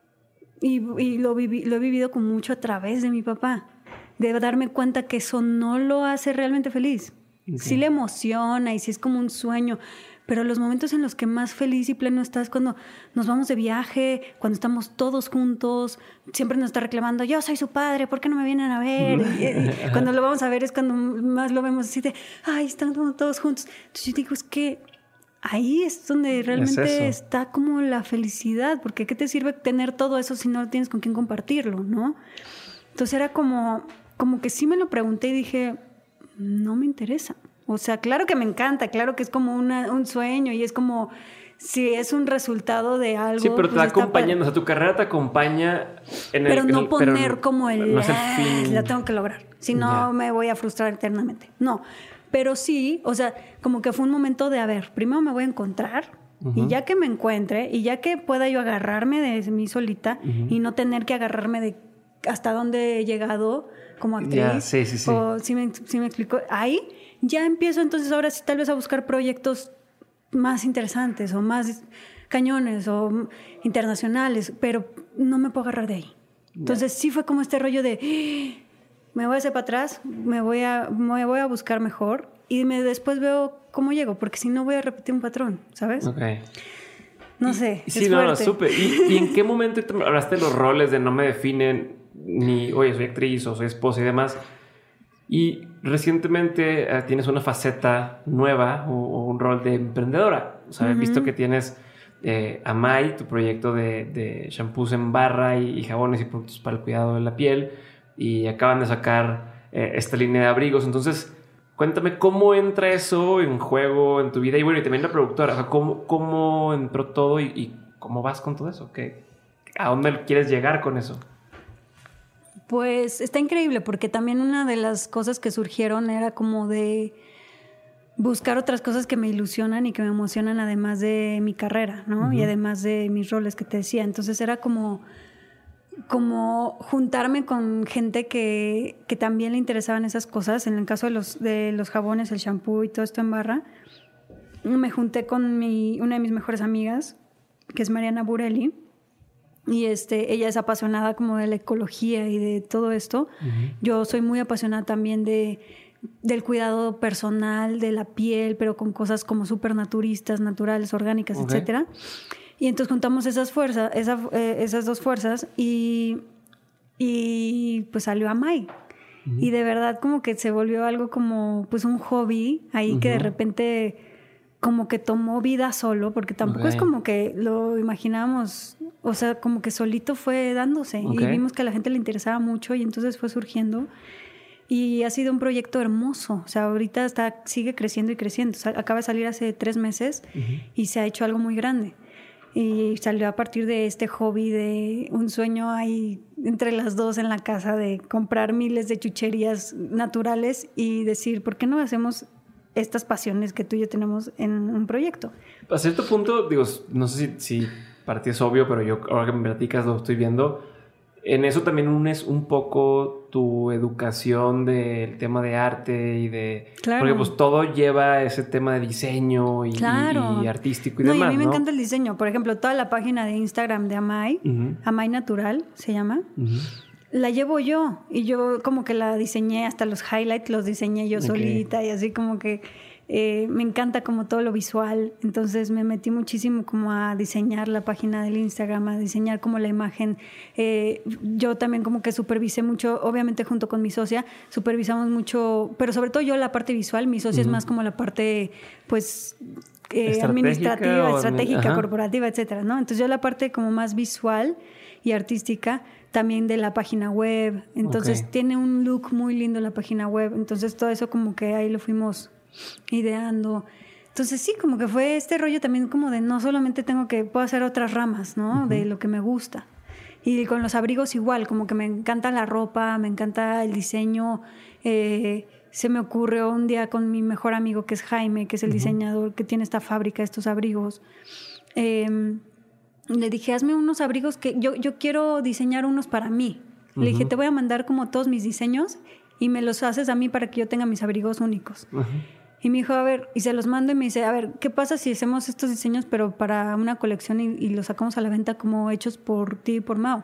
S1: y, y lo, viví, lo he vivido con mucho a través de mi papá, de darme cuenta que eso no lo hace realmente feliz. Okay. Sí le emociona y sí es como un sueño, pero los momentos en los que más feliz y pleno estás cuando nos vamos de viaje, cuando estamos todos juntos, siempre nos está reclamando, yo soy su padre, ¿por qué no me vienen a ver? y, y cuando lo vamos a ver es cuando más lo vemos así de, ay, estamos todos juntos. Entonces yo digo, es que ahí es donde realmente es está como la felicidad, porque ¿qué te sirve tener todo eso si no tienes con quién compartirlo, no? Entonces era como, como que sí me lo pregunté y dije, no me interesa. O sea, claro que me encanta, claro que es como una, un sueño y es como si es un resultado de algo.
S2: Sí, pero
S1: pues
S2: te acompaña, o sea, tu carrera te acompaña en el...
S1: Pero no
S2: en el,
S1: poner
S2: pero
S1: como el,
S2: no es el fin.
S1: La tengo que lograr, si no yeah. me voy a frustrar eternamente. No, pero sí, o sea, como que fue un momento de, a ver, primero me voy a encontrar uh-huh. y ya que me encuentre y ya que pueda yo agarrarme de mí solita uh-huh. y no tener que agarrarme de hasta dónde he llegado como actriz.
S2: Yeah, sí, sí, sí.
S1: O si me, si me explico, ahí ya empiezo entonces ahora sí tal vez a buscar proyectos más interesantes o más cañones o internacionales, pero no me puedo agarrar de ahí. Entonces yeah. sí fue como este rollo de me voy a hacer para atrás, me voy a, me voy a buscar mejor y me, después veo cómo llego, porque si no voy a repetir un patrón, ¿sabes?
S2: Ok.
S1: No sé.
S2: Y, sí, no, no, supe. ¿Y, ¿Y en qué momento hablaste de los roles de no me definen ni, oye, soy actriz o soy esposa y demás? Y recientemente uh, tienes una faceta nueva o, o un rol de emprendedora. O sea, uh-huh. he visto que tienes eh, Amay, tu proyecto de, de shampoos en barra y, y jabones y productos para el cuidado de la piel. Y acaban de sacar eh, esta línea de abrigos. Entonces, cuéntame cómo entra eso en juego en tu vida. Y bueno, y también la productora. O sea, cómo, cómo entró todo y, y cómo vas con todo eso. ¿Qué, ¿A dónde quieres llegar con eso?
S1: Pues está increíble porque también una de las cosas que surgieron era como de buscar otras cosas que me ilusionan y que me emocionan además de mi carrera, ¿no? Uh-huh. Y además de mis roles que te decía. Entonces era como, como juntarme con gente que, que también le interesaban esas cosas. En el caso de los, de los jabones, el shampoo y todo esto en barra, me junté con mi, una de mis mejores amigas, que es Mariana Burelli. Y este, ella es apasionada como de la ecología y de todo esto. Uh-huh. Yo soy muy apasionada también de, del cuidado personal, de la piel, pero con cosas como súper naturistas, naturales, orgánicas, okay. etcétera. Y entonces juntamos esas fuerzas, esa, eh, esas dos fuerzas y, y pues salió Amay. Uh-huh. Y de verdad como que se volvió algo como pues un hobby ahí uh-huh. que de repente como que tomó vida solo, porque tampoco okay. es como que lo imaginábamos, o sea, como que solito fue dándose okay. y vimos que a la gente le interesaba mucho y entonces fue surgiendo. Y ha sido un proyecto hermoso. O sea, ahorita está, sigue creciendo y creciendo. O sea, acaba de salir hace tres meses uh-huh. y se ha hecho algo muy grande. Y salió a partir de este hobby, de un sueño ahí entre las dos en la casa de comprar miles de chucherías naturales y decir, ¿por qué no hacemos estas pasiones que tú y yo tenemos en un proyecto?
S2: A cierto punto, digo, no sé si, si para ti es obvio, pero yo ahora que me platicas lo estoy viendo. En eso también unes un poco tu educación del tema de arte y de... Claro. Porque pues todo lleva ese tema de diseño y, claro. y, y artístico y
S1: no,
S2: demás,
S1: y a mí me
S2: ¿no?
S1: encanta el diseño. Por ejemplo, toda la página de Instagram de Amay, uh-huh. Amay Natural se llama, uh-huh. la llevo yo. Y yo como que la diseñé, hasta los highlights los diseñé yo okay. solita y así como que... Eh, me encanta como todo lo visual, entonces me metí muchísimo como a diseñar la página del Instagram, a diseñar como la imagen. Eh, yo también como que supervisé mucho, obviamente junto con mi socia, supervisamos mucho, pero sobre todo yo la parte visual, mi socia uh-huh. es más como la parte pues eh, administrativa, o... estratégica, Ajá. corporativa, etcétera, ¿no? Entonces yo la parte como más visual y artística también de la página web, entonces okay. tiene un look muy lindo la página web, entonces todo eso como que ahí lo fuimos ideando. Entonces sí, como que fue este rollo también como de no solamente tengo que, puedo hacer otras ramas, ¿no? Uh-huh. De lo que me gusta. Y con los abrigos igual, como que me encanta la ropa, me encanta el diseño. Eh, se me ocurrió un día con mi mejor amigo que es Jaime, que es el uh-huh. diseñador que tiene esta fábrica, estos abrigos. Eh, le dije, hazme unos abrigos que yo, yo quiero diseñar unos para mí. Uh-huh. Le dije, te voy a mandar como todos mis diseños y me los haces a mí para que yo tenga mis abrigos únicos. Uh-huh. Y me dijo, a ver, y se los mando y me dice, a ver, ¿qué pasa si hacemos estos diseños pero para una colección y, y los sacamos a la venta como hechos por ti y por Mau?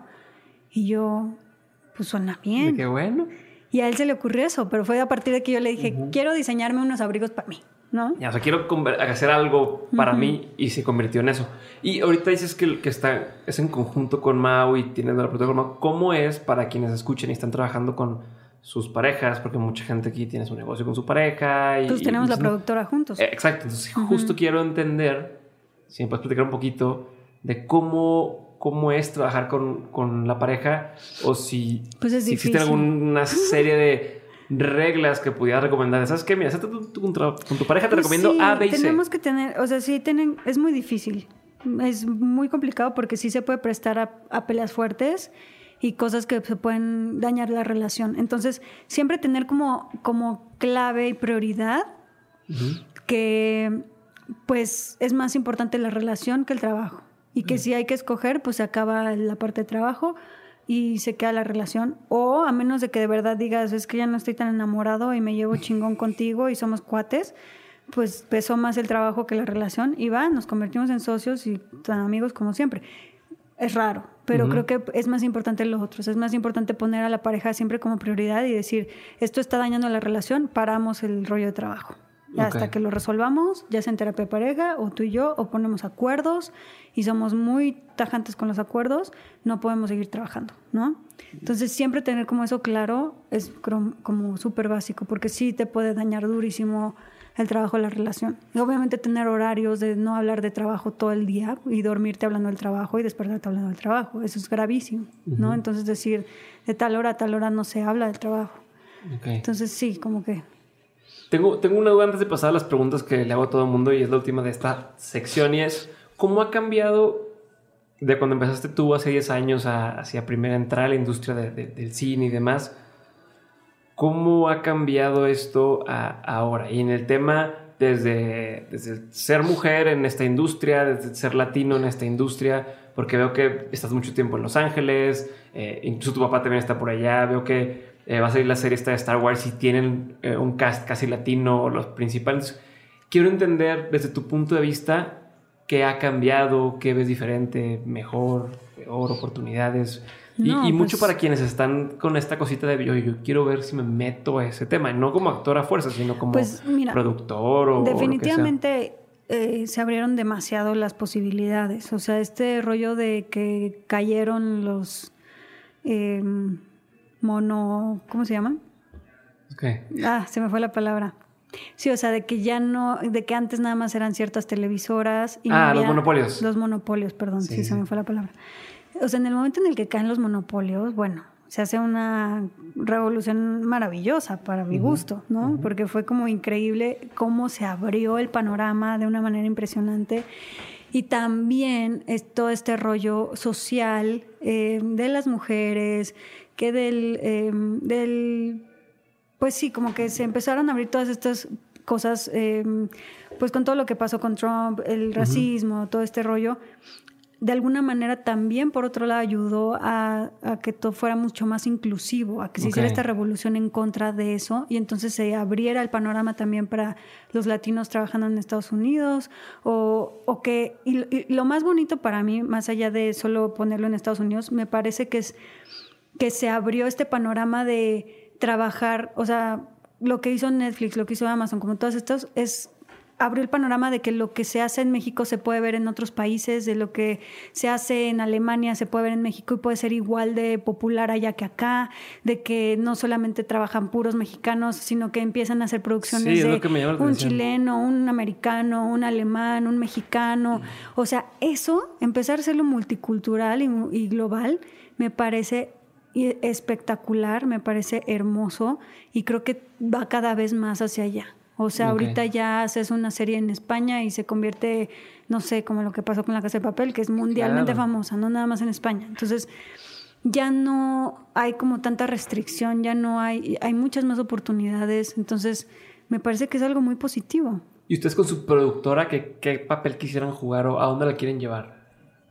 S1: Y yo, pues suena bien.
S2: Qué bueno.
S1: Y a él se le ocurrió eso, pero fue a partir de que yo le dije, uh-huh. quiero diseñarme unos abrigos para mí, ¿no?
S2: Ya, o sea, quiero hacer algo para uh-huh. mí y se convirtió en eso. Y ahorita dices que, que está, es en conjunto con Mau y tienes la plataforma. ¿Cómo es para quienes escuchen y están trabajando con sus parejas? Porque mucha gente aquí tiene su negocio con su pareja. Y,
S1: pues tenemos
S2: y,
S1: la productora juntos.
S2: Eh, exacto. Entonces, uh-huh. justo quiero entender, si me puedes platicar un poquito de cómo, cómo es trabajar con, con la pareja o si,
S1: pues es
S2: si existe alguna serie de reglas que pudieras recomendar. ¿Sabes qué? Mira, tú, tú, con, tu, con tu pareja te pues recomiendo
S1: sí,
S2: A, B y C.
S1: Tenemos que tener, o sea, sí, tienen, es muy difícil. Es muy complicado porque sí se puede prestar a, a peleas fuertes y cosas que se pueden dañar la relación. Entonces, siempre tener como, como clave y prioridad uh-huh. que pues es más importante la relación que el trabajo. Y que uh-huh. si hay que escoger, pues se acaba la parte de trabajo y se queda la relación. O a menos de que de verdad digas, es que ya no estoy tan enamorado y me llevo chingón contigo y somos cuates, pues pesó más el trabajo que la relación y va, nos convertimos en socios y tan amigos como siempre. Es raro, pero uh-huh. creo que es más importante lo otro. Es más importante poner a la pareja siempre como prioridad y decir, esto está dañando la relación, paramos el rollo de trabajo. Okay. Hasta que lo resolvamos, ya sea en terapia de pareja, o tú y yo, o ponemos acuerdos, y somos muy tajantes con los acuerdos, no podemos seguir trabajando, ¿no? Entonces, siempre tener como eso claro es como súper básico, porque sí te puede dañar durísimo el trabajo de la relación. Y obviamente tener horarios de no hablar de trabajo todo el día y dormirte hablando del trabajo y despertarte hablando del trabajo. Eso es gravísimo, ¿no? Uh-huh. Entonces decir, de tal hora a tal hora no se habla del trabajo. Okay. Entonces sí, como que...
S2: Tengo, tengo una duda antes de pasar a las preguntas que le hago a todo el mundo y es la última de esta sección y es, ¿cómo ha cambiado de cuando empezaste tú hace diez años a, hacia primera entrada a la industria de, de, del cine y demás? ¿Cómo ha cambiado esto a, ahora? Y en el tema desde, desde ser mujer en esta industria, desde ser latino en esta industria, porque veo que estás mucho tiempo en Los Ángeles, eh, incluso tu papá también está por allá, veo que eh, va a salir la serie esta de Star Wars y tienen eh, un cast casi latino, los principales. Quiero entender desde tu punto de vista qué ha cambiado, qué ves diferente, mejor, peor, oportunidades... No, y, y mucho pues, para quienes están con esta cosita de yo, yo quiero ver si me meto a ese tema, no como actor a fuerza, sino como pues, mira, productor o
S1: definitivamente o eh, se abrieron demasiado las posibilidades. O sea, este rollo de que cayeron los eh, mono, ¿cómo se llaman?
S2: Okay.
S1: Ah, se me fue la palabra. Sí, o sea, de que ya no, de que antes nada más eran ciertas televisoras y
S2: ah,
S1: no había,
S2: los monopolios.
S1: Los monopolios, perdón, sí, sí, se me fue la palabra. O sea, en el momento en el que caen los monopolios, bueno, se hace una revolución maravillosa para mi uh-huh. gusto, ¿no? Uh-huh. Porque fue como increíble cómo se abrió el panorama de una manera impresionante. Y también es todo este rollo social eh, de las mujeres, que del, eh, del... Pues sí, como que se empezaron a abrir todas estas cosas, eh, pues con todo lo que pasó con Trump, el racismo, uh-huh. todo este rollo. De alguna manera también, por otro lado, ayudó a, a que todo fuera mucho más inclusivo, a que se okay. hiciera esta revolución en contra de eso y entonces se abriera el panorama también para los latinos trabajando en Estados Unidos o, o que... Y, y lo más bonito para mí, más allá de solo ponerlo en Estados Unidos, me parece que es que se abrió este panorama de trabajar, o sea, lo que hizo Netflix, lo que hizo Amazon, como todos estos, es... abrió el panorama de que lo que se hace en México se puede ver en otros países, de lo que se hace en Alemania se puede ver en México y puede ser igual de popular allá que acá, de que no solamente trabajan puros mexicanos, sino que empiezan a hacer producciones sí, de un chileno, un americano, un alemán, un mexicano. O sea, eso, empezar a hacerlo multicultural y, y global, me parece espectacular, me parece hermoso y creo que va cada vez más hacia allá. O sea, okay. ahorita ya haces una serie en España y se convierte, no sé, como lo que pasó con La Casa de Papel, que es mundialmente claro. famosa, no nada más en España. Entonces, ya no hay como tanta restricción, ya no hay, hay muchas más oportunidades. Entonces, me parece que es algo muy positivo.
S2: ¿Y ustedes con su productora, qué, qué papel quisieran jugar o a dónde la quieren llevar?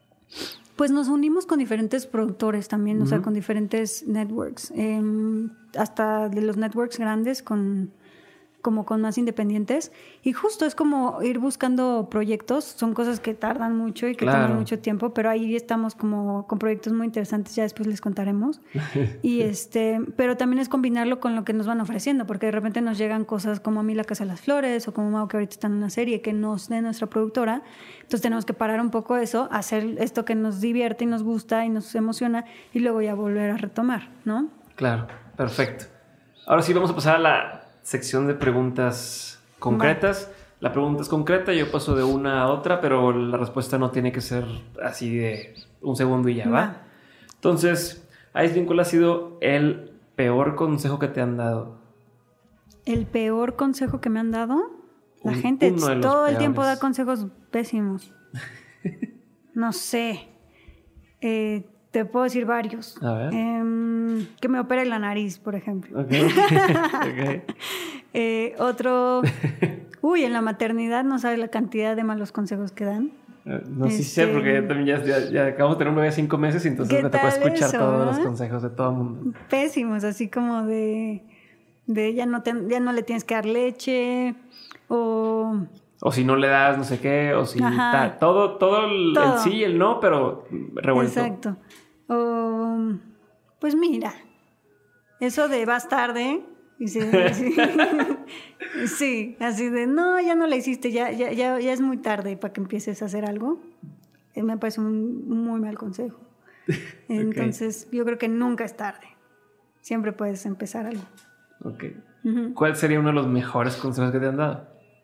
S1: Pues nos unimos con diferentes productores también, uh-huh. o sea, con diferentes networks. Eh, hasta de los networks grandes con... como con más independientes y justo es como ir buscando proyectos, son cosas que tardan mucho y que claro. toman mucho tiempo, pero ahí estamos como con proyectos muy interesantes, ya después les contaremos y este, pero también es combinarlo con lo que nos van ofreciendo, porque de repente nos llegan cosas como a mí La Casa de las Flores o como Mau que ahorita está en una serie que nos de nuestra productora, entonces tenemos que parar un poco eso, hacer esto que nos divierte y nos gusta y nos emociona y luego ya volver a retomar, ¿no?
S2: Claro, perfecto. Ahora sí vamos a pasar a la sección de preguntas concretas. Vale. La pregunta es concreta, yo paso de una a otra, pero la respuesta no tiene que ser así de un segundo y ya, ¿va? Va. Entonces, Aislinn, ¿cuál ha sido el peor consejo que te han dado?
S1: ¿El peor consejo que me han dado? La un, gente todo peores. El tiempo da consejos pésimos. No sé. Eh... Te puedo decir varios.
S2: A ver.
S1: Eh, que me opere la nariz, por ejemplo.
S2: Okay. Okay.
S1: eh, otro... Uy, en la maternidad no sabes la cantidad de malos consejos que dan.
S2: No, este... sí sé, porque también ya, ya, ya acabamos de tener un bebé de cinco meses, entonces me tocó escuchar eso, todos ¿eh? Los consejos de todo el mundo.
S1: Pésimos, así como de... de ya, no te, ya no le tienes que dar leche, o...
S2: O si no le das no sé qué, o si... Ta, todo, todo, el, todo el sí y el no, pero revuelto.
S1: Exacto. O, pues mira, eso de vas tarde, y sí, sí, sí, así de no, ya no la hiciste, ya, ya, ya, ya es muy tarde para que empieces a hacer algo. Me parece un muy mal consejo. Entonces, okay. yo creo que nunca es tarde. Siempre puedes empezar algo.
S2: Ok. Uh-huh. ¿Cuál sería uno de los mejores consejos que te han dado?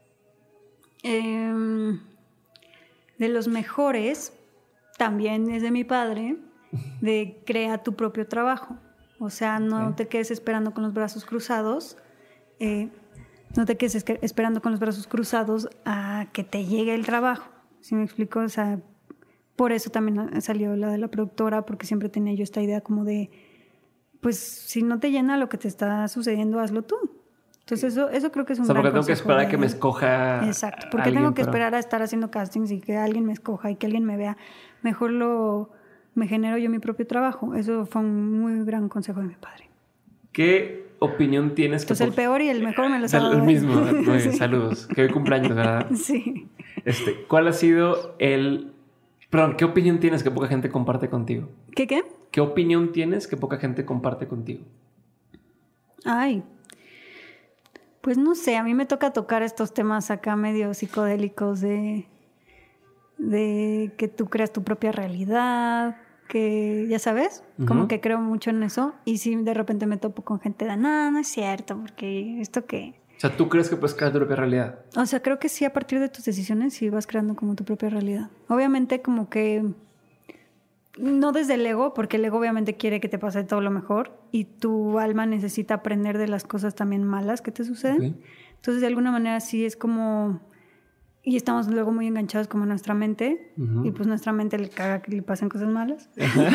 S1: Eh, de los mejores, también es de mi padre, de crea tu propio trabajo. O sea, no okay. te quedes esperando con los brazos cruzados, eh, no te quedes esque- esperando con los brazos cruzados a que te llegue el trabajo. ¿Sí me explico? O sea, por eso también salió la de la productora, porque siempre tenía yo esta idea como de, pues, si no te llena lo que te está sucediendo, hazlo tú. Entonces eso, eso creo que es un gran consejo. O sea, porque tengo
S2: que esperar
S1: de...
S2: a que me escoja.
S1: Exacto, porque
S2: alguien,
S1: tengo que
S2: pero...
S1: esperar a estar haciendo castings y que alguien me escoja y que alguien me vea. Mejor lo me genero yo mi propio trabajo. Eso fue un muy gran consejo de mi padre.
S2: ¿Qué opinión tienes?
S1: Entonces
S2: que
S1: el
S2: po-
S1: peor y el mejor me lo sabe.
S2: El mismo, muy
S1: sí.
S2: Saludos. Que hoy cumpleaños, ¿verdad?
S1: Sí.
S2: Este, ¿cuál ha sido el... Perdón, ¿qué opinión tienes que poca gente comparte contigo?
S1: ¿Qué qué?
S2: ¿Qué opinión tienes que poca gente comparte contigo?
S1: Ay... Pues no sé, a mí me toca tocar estos temas acá medio psicodélicos de, de que tú creas tu propia realidad, que ya sabes, uh-huh. como que creo mucho en eso. Y si de repente me topo con gente de, no, no es cierto, porque esto qué...
S2: O sea, ¿tú crees que puedes crear tu propia realidad?
S1: O sea, creo que sí, a partir de tus decisiones sí vas creando como tu propia realidad. Obviamente como que no desde el ego, porque el ego obviamente quiere que te pase todo lo mejor y tu alma necesita aprender de las cosas también malas que te suceden. Okay. Entonces, de alguna manera sí es como... Y estamos luego muy enganchados como en nuestra mente. Uh-huh. Y pues nuestra mente le caga que le pasen cosas malas.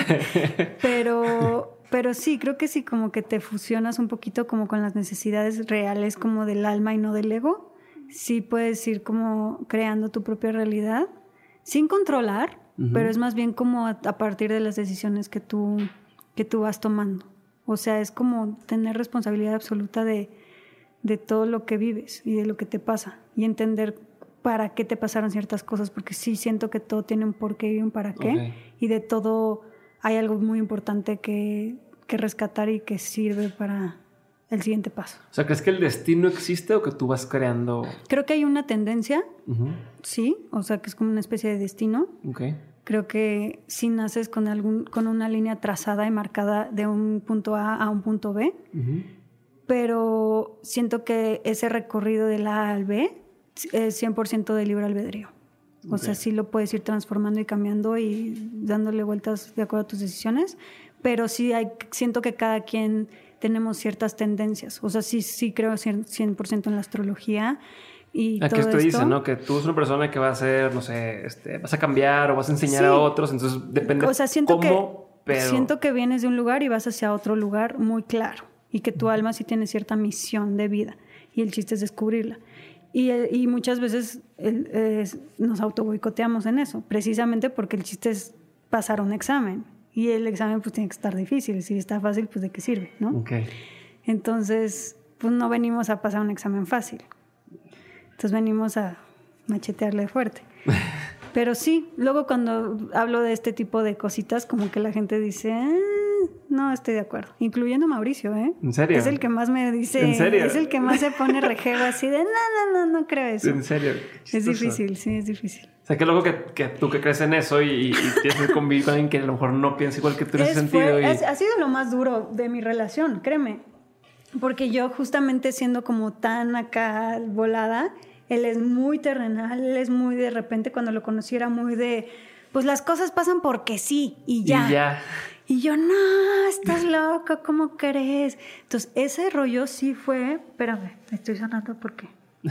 S1: pero, pero sí, creo que sí, como que te fusionas un poquito como con las necesidades reales como del alma y no del ego. Sí puedes ir como creando tu propia realidad sin controlar, uh-huh. pero es más bien como a, a partir de las decisiones que tú, que tú vas tomando. O sea, es como tener responsabilidad absoluta de, de todo lo que vives y de lo que te pasa. Y entender para qué te pasaron ciertas cosas, porque sí siento que todo tiene un porqué y un para qué, okay. y de todo hay algo muy importante que, que rescatar y que sirve para el siguiente paso.
S2: O sea, ¿crees que el destino existe o que tú vas creando?
S1: Creo que hay una tendencia, uh-huh. sí, o sea, que es como una especie de destino.
S2: Okay.
S1: Creo que si naces con, algún, con una línea trazada y marcada de un punto A a un punto B, uh-huh. pero siento que ese recorrido del A al B es cien por ciento de libre albedrío. O okay. sea, sí lo puedes ir transformando y cambiando y dándole vueltas de acuerdo a tus decisiones, pero sí hay, siento que cada quien tenemos ciertas tendencias. O sea, sí, sí creo cien por ciento en la astrología y
S2: ¿A
S1: todo
S2: qué esto
S1: esto.
S2: dice, no? Que tú eres una persona que va a hacer, no sé, este, vas a cambiar o vas a enseñar sí. a otros, entonces depende
S1: o sea, siento
S2: cómo,
S1: que,
S2: pero...
S1: Siento que vienes de un lugar y vas hacia otro lugar muy claro y que tu uh-huh. alma sí tiene cierta misión de vida y el chiste es descubrirla. Y, y muchas veces el, eh, nos autoboicoteamos en eso, precisamente porque el chiste es pasar un examen. Y el examen pues tiene que estar difícil. Si está fácil, pues ¿de qué sirve? ¿No?
S2: Okay.
S1: Entonces, pues no venimos a pasar un examen fácil. Entonces venimos a machetearle fuerte. Pero sí, luego cuando hablo de este tipo de cositas, como que la gente dice... Eh, no, estoy de acuerdo. Incluyendo Mauricio, ¿eh?
S2: ¿En serio?
S1: Es el que más me dice...
S2: ¿En serio?
S1: Es el que más se pone rejego así de... No, no, no, no creo eso.
S2: ¿En serio?
S1: Es difícil, sí, es difícil.
S2: O sea, qué loco que, que tú que crees en eso y, y tienes que convivir con alguien que a lo mejor no piensa igual que tú en ese sentido.
S1: Fue,
S2: y...
S1: es, ha sido lo más duro de mi relación, créeme. Porque yo justamente siendo como tan acá volada, él es muy terrenal, él es muy de repente, cuando lo conocí era muy de... Pues las cosas pasan porque sí y ya.
S2: Y ya.
S1: Y yo, no, estás loco, ¿cómo crees? Entonces, ese rollo sí fue... Espérame, me estoy sonando porque...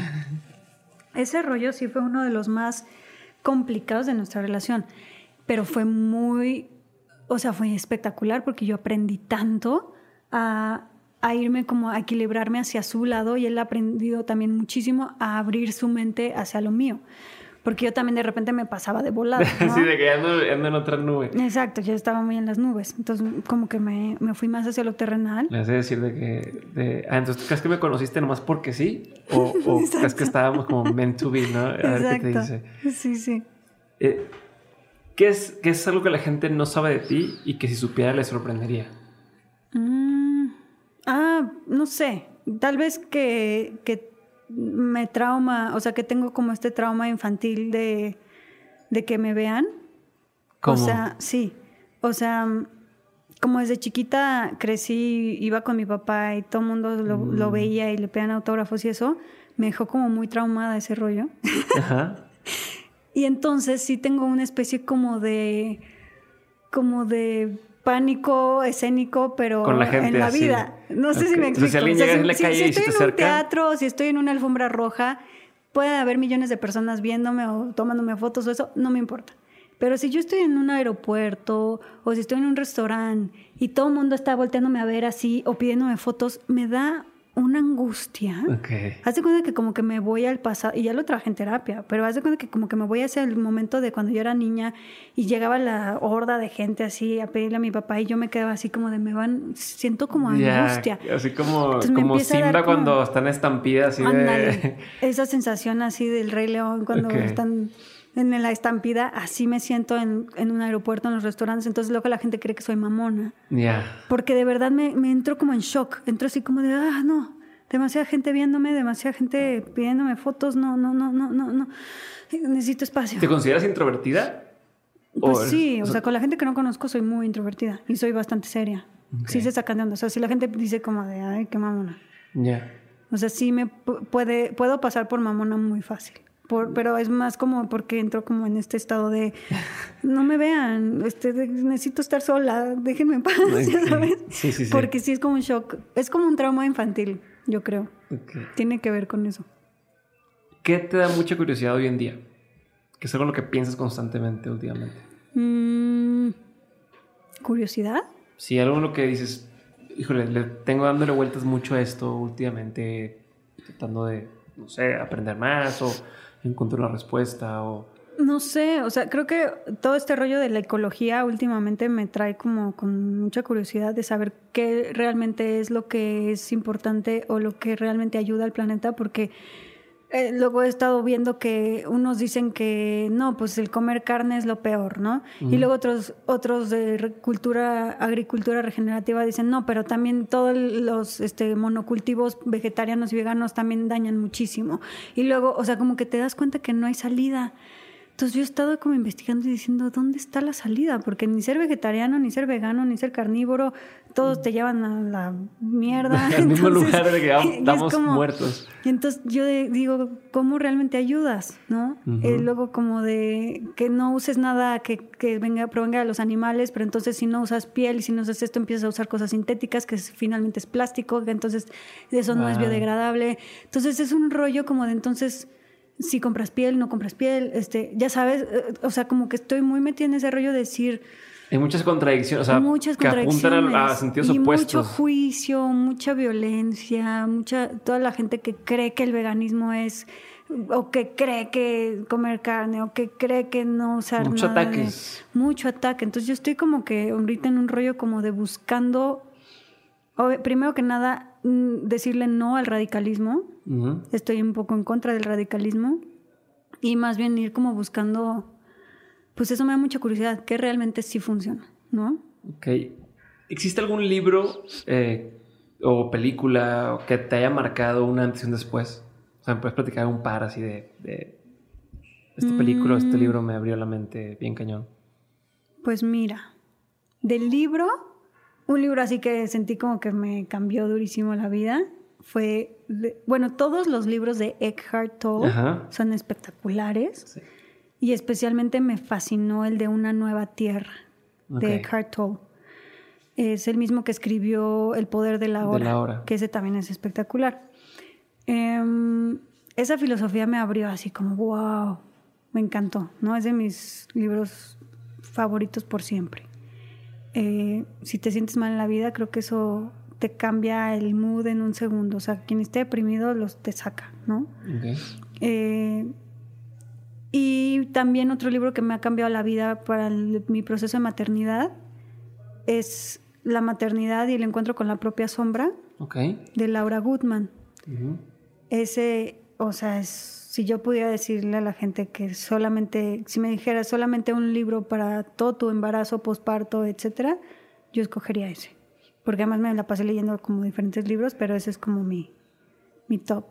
S1: Ese rollo sí fue uno de los más complicados de nuestra relación. Pero fue muy... O sea, fue espectacular porque yo aprendí tanto a, a irme como a equilibrarme hacia su lado y él ha aprendido también muchísimo a abrir su mente hacia lo mío. Porque yo también de repente me pasaba de volada, ¿no?
S2: Sí, de que ando, ando en otra nube.
S1: Exacto, yo estaba muy en las nubes. Entonces, como que me, me fui más hacia lo terrenal.
S2: Le hace decir de que... De, ah, entonces, ¿crees que me conociste nomás porque sí? ¿O, o crees que estábamos como meant to be, no? A
S1: Exacto.
S2: ver qué te dice.
S1: Sí, sí.
S2: Eh, ¿qué, es, ¿Qué es algo que la gente no sabe de ti y que si supiera le sorprendería?
S1: Mm, ah, no sé. Tal vez que... que me trauma, o sea, que tengo como este trauma infantil de, de que me vean.
S2: ¿Cómo?
S1: O sea, sí. O sea, como desde chiquita crecí, iba con mi papá y todo el mundo lo, mm. lo veía y le pedían autógrafos y eso, me dejó como muy traumada ese rollo.
S2: Ajá.
S1: Y entonces sí tengo una especie como de... como de... pánico escénico, pero
S2: con la gente,
S1: en la
S2: así.
S1: vida. No sé okay. si me explico.
S2: O sea, si alguien llega en la
S1: si,
S2: calle
S1: si
S2: y se te acerca...
S1: Si estoy en un teatro, si estoy en una alfombra roja, puede haber millones de personas viéndome o tomándome fotos o eso, no me importa. Pero si yo estoy en un aeropuerto o si estoy en un restaurante y todo el mundo está volteándome a ver así o pidiéndome fotos, me da una angustia.
S2: Okay.
S1: Haz de cuenta que como que me voy al pasado, y ya lo trabajé en terapia, pero haz de cuenta que como que me voy hacia el momento de cuando yo era niña y llegaba la horda de gente así a pedirle a mi papá y yo me quedaba así como de me van, siento como angustia.
S2: Yeah, así como, como Simba cuando como, está en estampida así
S1: ándale,
S2: de...
S1: esa sensación así del Rey León cuando okay. están en la estampida, así me siento en, en un aeropuerto, en los restaurantes, entonces luego la gente cree que soy mamona.
S2: Yeah.
S1: Porque de verdad me, me entro como en shock, entro así como de, ah, no, demasiada gente viéndome, demasiada gente pidiéndome fotos, no, no, no, no, no, no, necesito espacio.
S2: ¿Te consideras introvertida?
S1: Pues
S2: o
S1: sí,
S2: eres,
S1: o sea, con la gente que no conozco soy muy introvertida y soy bastante seria. Okay. Sí se sacan de onda, o sea, si la gente dice como de, ay, qué mamona.
S2: Ya. Yeah.
S1: O sea, sí me puede, puedo pasar por mamona muy fácil. Por, pero es más como porque entro como en este estado de no me vean, este, de, necesito estar sola, déjenme en paz, okay. ¿Sabes?
S2: Sí, sí, sí.
S1: Porque sí es como un shock, es como un trauma infantil, yo creo. Okay. Tiene que ver con eso.
S2: ¿Qué te da mucha curiosidad hoy en día? ¿Qué es algo en lo que piensas constantemente últimamente?
S1: Mm, ¿Curiosidad?
S2: Sí, algo en lo que dices, híjole, le tengo dándole vueltas mucho a esto últimamente, tratando de, no sé, aprender más o encontrar una respuesta o...
S1: No sé, o sea, creo que todo este rollo de la ecología últimamente me trae como con mucha curiosidad de saber qué realmente es lo que es importante o lo que realmente ayuda al planeta, porque eh, luego he estado viendo que unos dicen que no, pues el comer carne es lo peor, ¿no? Uh-huh. Y luego otros otros de cultura, agricultura regenerativa dicen no, pero también todos los este, monocultivos vegetarianos y veganos también dañan muchísimo. Y luego, o sea, como que te das cuenta que no hay salida. Entonces yo he estado como investigando y diciendo, ¿dónde está la salida? Porque ni ser vegetariano, ni ser vegano, ni ser carnívoro, todos te llevan a la mierda.
S2: Al mismo lugar de que estamos como, muertos.
S1: Y entonces yo de, digo, ¿cómo realmente ayudas? ¿No? Uh-huh. Eh, luego como de que no uses nada que, que venga, provenga de los animales, pero entonces si no usas piel y si no usas esto, empiezas a usar cosas sintéticas, que es, finalmente es plástico, que entonces eso no wow. es biodegradable. Entonces es un rollo como de entonces... Si compras piel, no compras piel, este, ya sabes, o sea, como que estoy muy metida en ese rollo de decir...
S2: Hay muchas contradicciones, o sea,
S1: muchas
S2: que
S1: contradicciones
S2: apuntan a, a sentidos
S1: y
S2: opuestos.
S1: Mucho juicio, mucha violencia, mucha toda la gente que cree que el veganismo es... o que cree que comer carne, o que cree que no usar
S2: mucho
S1: nada.
S2: Ataques.
S1: De, mucho ataque. Entonces yo estoy como que ahorita en un rollo como de buscando... Primero que nada, decirle no al radicalismo. Uh-huh. Estoy un poco en contra del radicalismo. Y más bien ir como buscando... Pues eso me da mucha curiosidad. ¿Qué realmente sí funciona? ¿No?
S2: Ok. ¿Existe algún libro eh, o película que te haya marcado un antes y un después? O sea, ¿me puedes platicar un par así de... de esta película o mm. este libro me abrió la mente bien cañón?
S1: Pues mira, del libro... Un libro así que sentí como que me cambió durísimo la vida fue... De, bueno, todos los libros de Eckhart Tolle Ajá. son espectaculares. Sí. Y especialmente me fascinó el de Una nueva tierra, okay. de Eckhart Tolle. Es el mismo que escribió El poder de la hora, de la hora. Que ese también es espectacular. Eh, esa filosofía me abrió así como, wow, me encantó, ¿no? Es de mis libros favoritos por siempre. Eh, si te sientes mal en la vida, creo que eso te cambia el mood en un segundo. O sea, quien esté deprimido los te saca, ¿no? Okay. Eh, y también otro libro que me ha cambiado la vida para el, mi proceso de maternidad es La maternidad y el encuentro con la propia sombra, okay. de Laura Goodman. Uh-huh. Ese, o sea, es... Si yo pudiera decirle a la gente que solamente, si me dijera solamente un libro para todo tu embarazo, posparto, etcétera, yo escogería ese. Porque además me la pasé leyendo como diferentes libros, pero ese es como mi, mi top.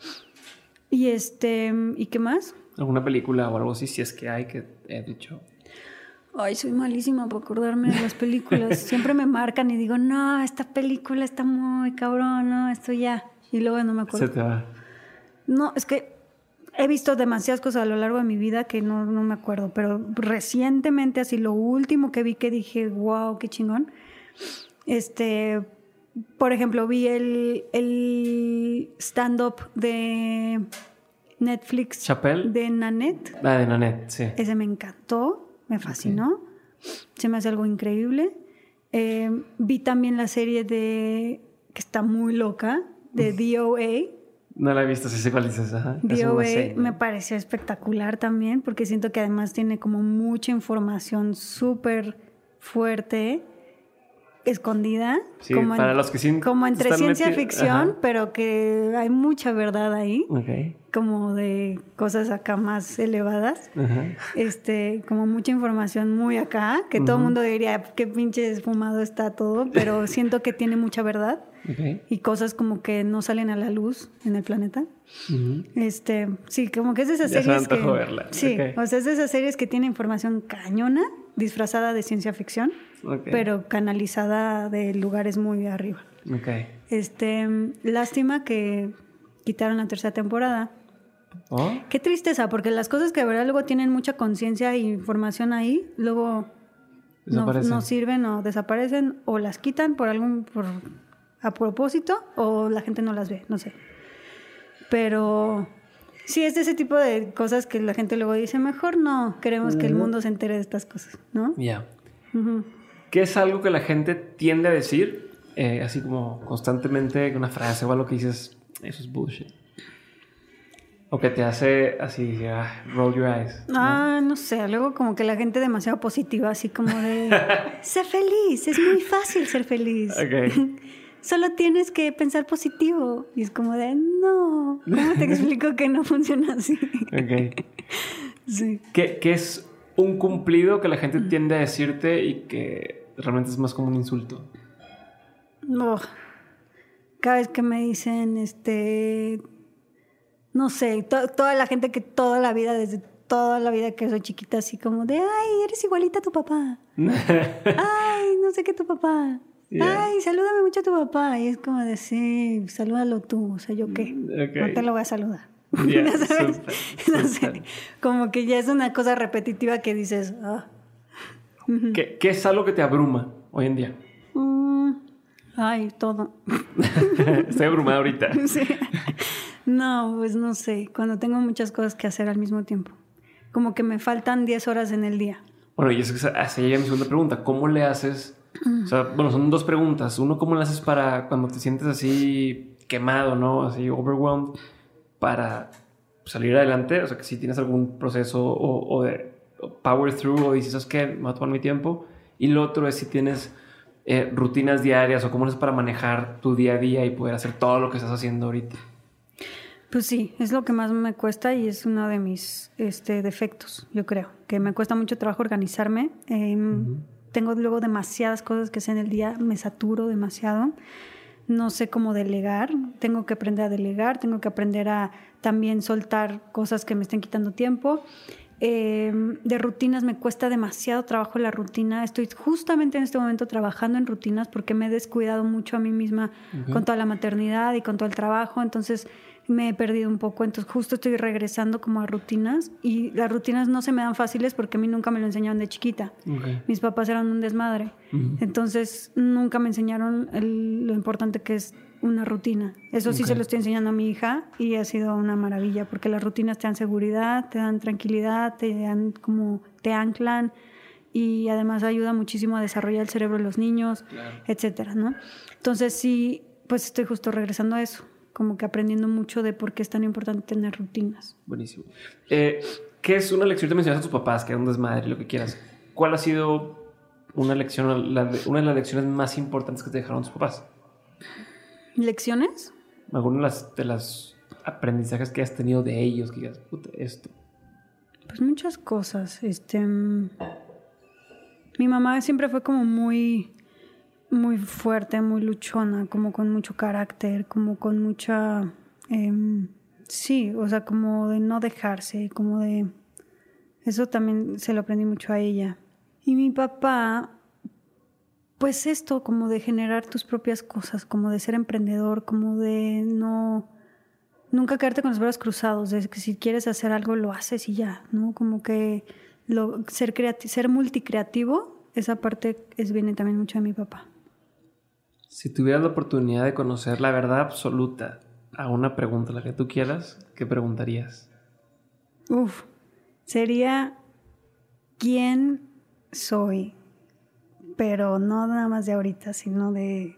S1: Y este, ¿y qué más?
S2: ¿Alguna película o algo así, si es que hay, que he dicho?
S1: Ay, soy malísima para acordarme de las películas. Siempre me marcan y digo, no, esta película está muy cabrón, no, esto ya. Y luego no me acuerdo.
S2: Se te va.
S1: No, es que he visto demasiadas cosas a lo largo de mi vida que no, no me acuerdo, pero recientemente, así lo último que vi que dije, wow, qué chingón. Este, por ejemplo, vi el, el stand-up de Netflix.
S2: ¿Chappelle?
S1: De Nanette.
S2: Ah, de Nanette, sí.
S1: Ese me encantó, me fascinó. Okay. Se me hace algo increíble. Eh, vi también la serie de, que está muy loca, de D O A.
S2: No la he visto, sí sé cuál dices. Ajá.
S1: D O A me pareció espectacular también, porque siento que además tiene como mucha información súper fuerte, escondida.
S2: Sí,
S1: como
S2: para
S1: en,
S2: los que sí
S1: como entre ciencia
S2: meti-
S1: ficción, Ajá. pero que hay mucha verdad ahí.
S2: Okay.
S1: Como de cosas acá más elevadas.
S2: Ajá.
S1: Este, como mucha información muy acá, que uh-huh. todo el mundo diría, qué pinche esfumado está todo, pero siento que tiene mucha verdad. Okay. Y cosas como que no salen a la luz en el planeta. Uh-huh. Este, sí, como que es de esas
S2: ya
S1: series
S2: se me
S1: que
S2: verla.
S1: Sí,
S2: okay.
S1: o sea, es de esas series que tiene información cañona, disfrazada de ciencia ficción, okay. pero canalizada de lugares muy arriba.
S2: Okay.
S1: Este, lástima que quitaron la tercera temporada,
S2: ¿Oh?
S1: Qué tristeza, porque las cosas que de verdad luego tienen mucha conciencia e información ahí, luego no, no sirven o desaparecen o las quitan por algún por, a propósito o la gente no las ve, no sé. Pero sí, es de ese tipo de cosas que la gente luego dice, mejor no queremos uh-huh. que el mundo se entere de estas cosas, ¿no?
S2: Ya. Yeah. Uh-huh. ¿Qué es algo que la gente tiende a decir, eh, así como constantemente, una frase o algo que dices, eso es bullshit? O que te hace así, ah, roll your eyes. ¿No?
S1: Ah, no sé, luego como que la gente demasiado positiva, así como de, sé feliz, es muy fácil ser feliz.
S2: Okay.
S1: Solo tienes que pensar positivo. Y es como de, no, ¿cómo te explico que no funciona así?
S2: Okay.
S1: Sí.
S2: ¿Qué, ¿Qué es un cumplido que la gente tiende a decirte y que realmente es más como un insulto?
S1: Oh, cada vez que me dicen, este... No sé, to- toda la gente que toda la vida, desde toda la vida que soy chiquita, así como de, ay, eres igualita a tu papá. Ay, no sé qué tu papá. Yeah. Ay, salúdame mucho a tu papá. Y es como de, sí, salúdalo tú. O sea, ¿yo qué? Okay. No te lo voy a saludar.
S2: Yeah,
S1: ¿sabes?
S2: super,
S1: no
S2: super.
S1: sé, como que ya es una cosa repetitiva que dices, ah.
S2: ¿Qué, ¿Qué es algo que te abruma hoy en día?
S1: Mm, ay, todo.
S2: Estoy abrumada ahorita.
S1: Sí. No, pues no sé, cuando tengo muchas cosas que hacer al mismo tiempo. Como que me faltan diez horas en el día.
S2: Bueno, y eso se llega a mi segunda pregunta. ¿Cómo le haces? O sea, bueno, son dos preguntas. Uno, ¿cómo le haces para cuando te sientes así quemado, ¿no? Así overwhelmed, para salir adelante? O sea, que si tienes algún proceso o, o de o power through o dices, ¿sabes qué? Me va a tomar mi tiempo. Y lo otro es si tienes eh, rutinas diarias o cómo le haces para manejar tu día a día y poder hacer todo lo que estás haciendo ahorita.
S1: Pues sí, es lo que más me cuesta y es uno de mis este, defectos, yo creo. Que me cuesta mucho trabajo organizarme. Eh, uh-huh. Tengo luego demasiadas cosas que hacer en el día, me saturo demasiado. No sé cómo delegar. Tengo que aprender a delegar, tengo que aprender a también soltar cosas que me estén quitando tiempo. Eh, de rutinas me cuesta demasiado trabajo la rutina. Estoy justamente en este momento trabajando en rutinas porque me he descuidado mucho a mí misma uh-huh. con toda la maternidad y con todo el trabajo. Entonces me he perdido un poco, entonces justo estoy regresando como a rutinas y las rutinas no se me dan fáciles porque a mí nunca me lo enseñaron de chiquita. Okay. Mis papás eran un desmadre, uh-huh. entonces nunca me enseñaron el, lo importante que es una rutina. Eso sí okay. se lo estoy enseñando a mi hija y ha sido una maravilla porque las rutinas te dan seguridad, te dan tranquilidad, te dan como te anclan y además ayuda muchísimo a desarrollar el cerebro de los niños, claro. etcétera, ¿no? Entonces sí, pues estoy justo regresando a eso. Como que aprendiendo mucho de por qué es tan importante tener rutinas.
S2: Buenísimo. Eh, ¿Qué es una lección? Te mencionaste a tus papás, que era un desmadre, lo que quieras. ¿Cuál ha sido una lección, la, una de las lecciones más importantes que te dejaron tus papás?
S1: ¿Lecciones?
S2: ¿Alguna de las, de las aprendizajes que has tenido de ellos? Que digas, puta, esto.
S1: Pues muchas cosas. Este, mi mamá siempre fue como muy... muy fuerte, muy luchona, como con mucho carácter, como con mucha... Eh, sí, o sea, como de no dejarse, como de... Eso también se lo aprendí mucho a ella. Y mi papá, pues esto, como de generar tus propias cosas, como de ser emprendedor, como de no... Nunca quedarte con los brazos cruzados, de que si quieres hacer algo lo haces y ya, ¿no? Como que lo, ser, creati- ser multicreativo, esa parte es, viene también mucho de mi papá.
S2: Si tuvieras la oportunidad de conocer la verdad absoluta a una pregunta, la que tú quieras, ¿qué preguntarías?
S1: Uf, sería ¿quién soy? Pero no nada más de ahorita, sino de,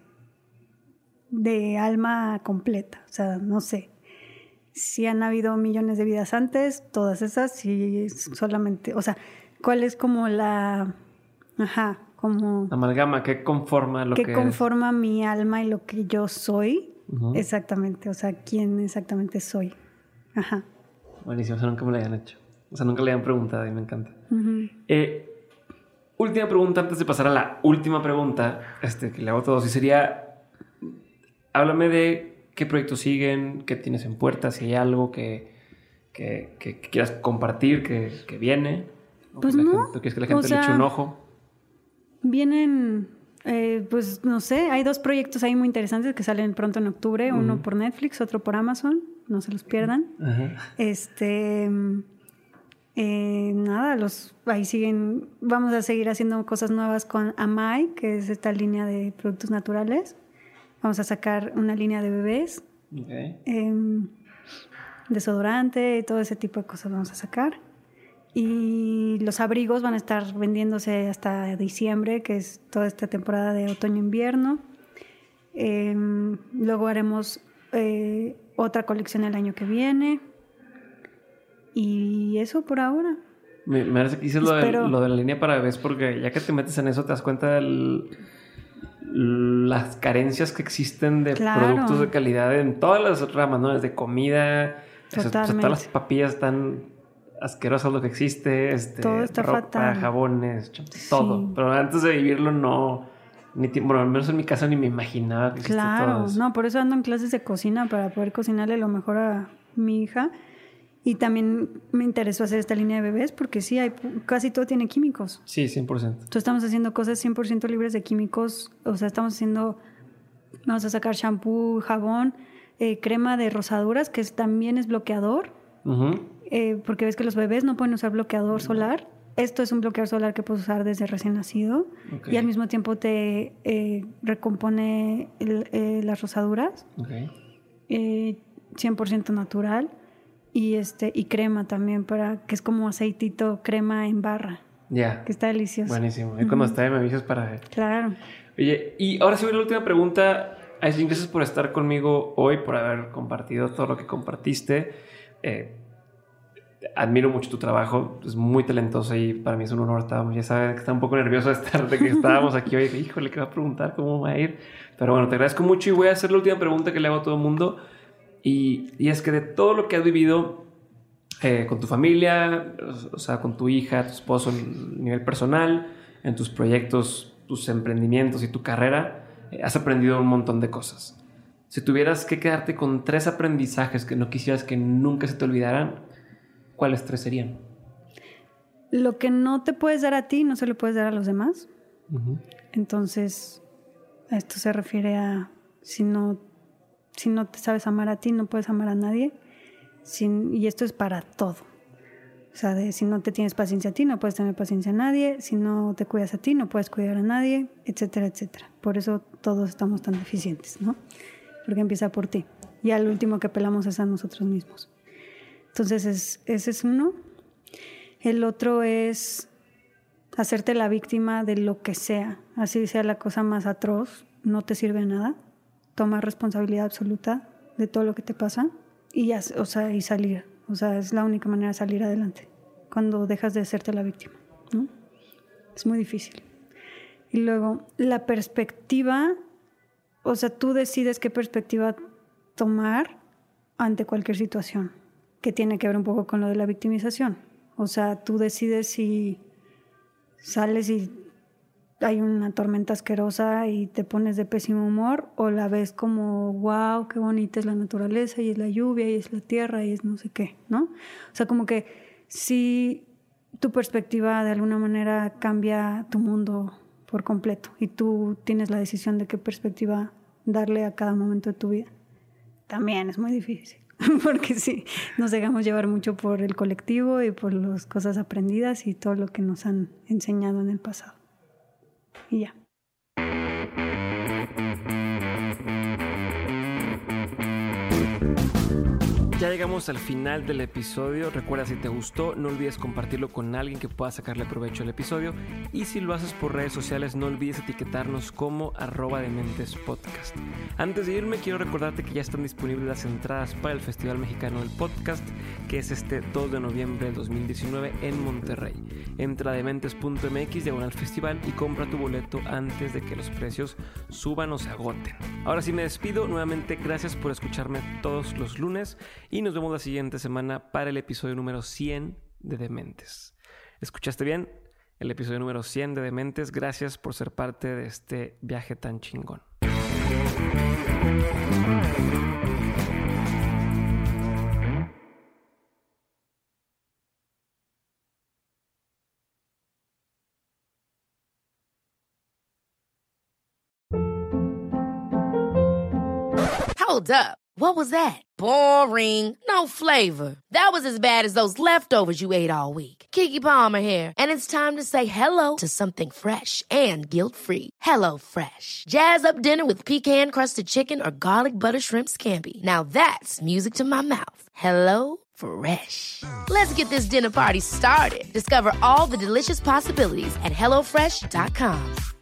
S1: de alma completa. O sea, no sé. Si han habido millones de vidas antes, todas esas, si solamente... O sea, ¿cuál es como la... Ajá... como
S2: amalgama, ¿qué conforma lo que
S1: ¿qué conforma eres? Mi alma y lo que yo soy?
S2: Uh-huh.
S1: Exactamente, o sea, ¿quién exactamente soy? Ajá.
S2: Buenísimo, o sea, nunca me lo habían hecho. O sea, nunca le habían preguntado y me encanta.
S1: Uh-huh.
S2: Eh, última pregunta, antes de pasar a la última pregunta, este, que le hago a todos, y sería, háblame de qué proyectos siguen, qué tienes en puerta, si hay algo que, que, que, que quieras compartir, que, que viene.
S1: Pues
S2: que
S1: no.
S2: Gente, ¿quieres que la gente
S1: o sea,
S2: le eche un ojo?
S1: Vienen Eh, pues no sé, hay dos proyectos ahí muy interesantes que salen pronto en octubre, uh-huh. uno por Netflix, otro por Amazon, no se los pierdan. Uh-huh. Este, eh, nada, los ahí siguen, vamos a seguir haciendo cosas nuevas con Amai, que es esta línea de productos naturales. Vamos a sacar una línea de bebés, okay. eh, desodorante y todo ese tipo de cosas vamos a sacar. Y los abrigos van a estar vendiéndose hasta diciembre, que es toda esta temporada de otoño-invierno. Eh, luego haremos eh, otra colección el año que viene. Y eso por ahora.
S2: Me, me parece que dices lo de, lo de la línea para bebés, porque ya que te metes en eso te das cuenta de las carencias que existen de claro. productos de calidad en todas las ramas, ¿no? Desde comida, esas, pues, todas las papillas están... asqueroso lo que existe, este,
S1: todo está
S2: ropa,
S1: fatal.
S2: Jabones, todo. Sí. Pero antes de vivirlo no, ni bueno, al menos en mi casa ni me imaginaba que existía
S1: claro,
S2: todo eso.
S1: No, por eso ando en clases de cocina para poder cocinarle lo mejor a mi hija. Y también me interesó hacer esta línea de bebés porque sí, hay, casi todo tiene químicos.
S2: Sí, cien por ciento.
S1: Entonces estamos haciendo cosas cien por ciento libres de químicos. O sea, estamos haciendo, vamos a sacar shampoo, jabón, eh, crema de rosaduras, que es, también es bloqueador. Uh-huh. Eh, porque ves que los bebés no pueden usar bloqueador solar. Esto es un bloqueador solar que puedes usar desde recién nacido. Okay. Y al mismo tiempo te eh, recompone el, eh, las rosaduras. Okay. Eh, cien por ciento natural. Y, este, y crema también, para que es como aceitito, crema en barra.
S2: Ya. Yeah.
S1: Que está delicioso.
S2: Buenísimo. Y uh-huh. cuando está me avisas para...
S1: Claro.
S2: Oye, y ahora sí voy a la última pregunta. Aislinn, gracias por estar conmigo hoy, por haber compartido todo lo que compartiste. Eh, admiro mucho tu trabajo, es muy talentoso y para mí es un honor. Estábamos, ya sabes que estaba un poco nervioso de estar, de que estábamos aquí hoy. Dije, híjole, ¿qué va a preguntar? ¿Cómo va a ir? Pero bueno, te agradezco mucho y voy a hacer la última pregunta que le hago a todo el mundo. Y, y es que de todo lo que has vivido eh, con tu familia, o sea, con tu hija, tu esposo, a nivel personal, en tus proyectos, tus emprendimientos y tu carrera, eh, has aprendido un montón de cosas. Si tuvieras que quedarte con tres aprendizajes que no quisieras que nunca se te olvidaran, ¿cuáles tres serían?
S1: Lo que no te puedes dar a ti, no se lo puedes dar a los demás. Uh-huh. Entonces, esto se refiere a si no, si no te sabes amar a ti, no puedes amar a nadie. Sin, y esto es para todo. O sea, de, si no te tienes paciencia a ti, no puedes tener paciencia a nadie. Si no te cuidas a ti, no puedes cuidar a nadie, etcétera, etcétera. Por eso todos estamos tan deficientes, ¿no? Porque empieza por ti. Y al último que apelamos es a nosotros mismos. Entonces, es, ese es uno. El otro es hacerte la víctima de lo que sea. Así sea la cosa más atroz, no te sirve de nada. Tomar responsabilidad absoluta de todo lo que te pasa y, ya, o sea, y salir. O sea, es la única manera de salir adelante. Cuando dejas de hacerte la víctima, ¿no? Es muy difícil. Y luego, la perspectiva, o sea, tú decides qué perspectiva tomar ante cualquier situación, que tiene que ver un poco con lo de la victimización. O sea, tú decides si sales y hay una tormenta asquerosa y te pones de pésimo humor, o la ves como, wow, qué bonita es la naturaleza y es la lluvia y es la tierra y es no sé qué, ¿no? O sea, como que si tu perspectiva de alguna manera cambia tu mundo por completo y tú tienes la decisión de qué perspectiva darle a cada momento de tu vida. También es muy difícil. Porque sí, nos dejamos llevar mucho por el colectivo y por las cosas aprendidas y todo lo que nos han enseñado en el pasado. Y ya.
S2: Ya llegamos al final del episodio. Recuerda, si te gustó, no olvides compartirlo con alguien que pueda sacarle provecho al episodio. Y si lo haces por redes sociales, no olvides etiquetarnos como arroba Dementes Podcast. Antes de irme, quiero recordarte que ya están disponibles las entradas para el Festival Mexicano del Podcast, que es este dos de noviembre del dos mil diecinueve en Monterrey. Entra a dementes punto m x diagonal festival y compra tu boleto antes de que los precios suban o se agoten. Ahora sí me despido. Nuevamente, gracias por escucharme todos los lunes. Y nos vemos la siguiente semana para el episodio número cien de Dementes. ¿Escuchaste bien? El episodio número cien de Dementes. Gracias por ser parte de este viaje tan chingón.
S3: Hold up. What was that? Boring. No flavor. That was as bad as those leftovers you ate all week. Keke Palmer here, and it's time to say hello to something fresh and guilt-free. Hello Fresh. Jazz up dinner with pecan-crusted chicken or garlic butter shrimp scampi. Now that's music to my mouth. Hello Fresh. Let's get this dinner party started. Discover all the delicious possibilities at hello fresh dot com.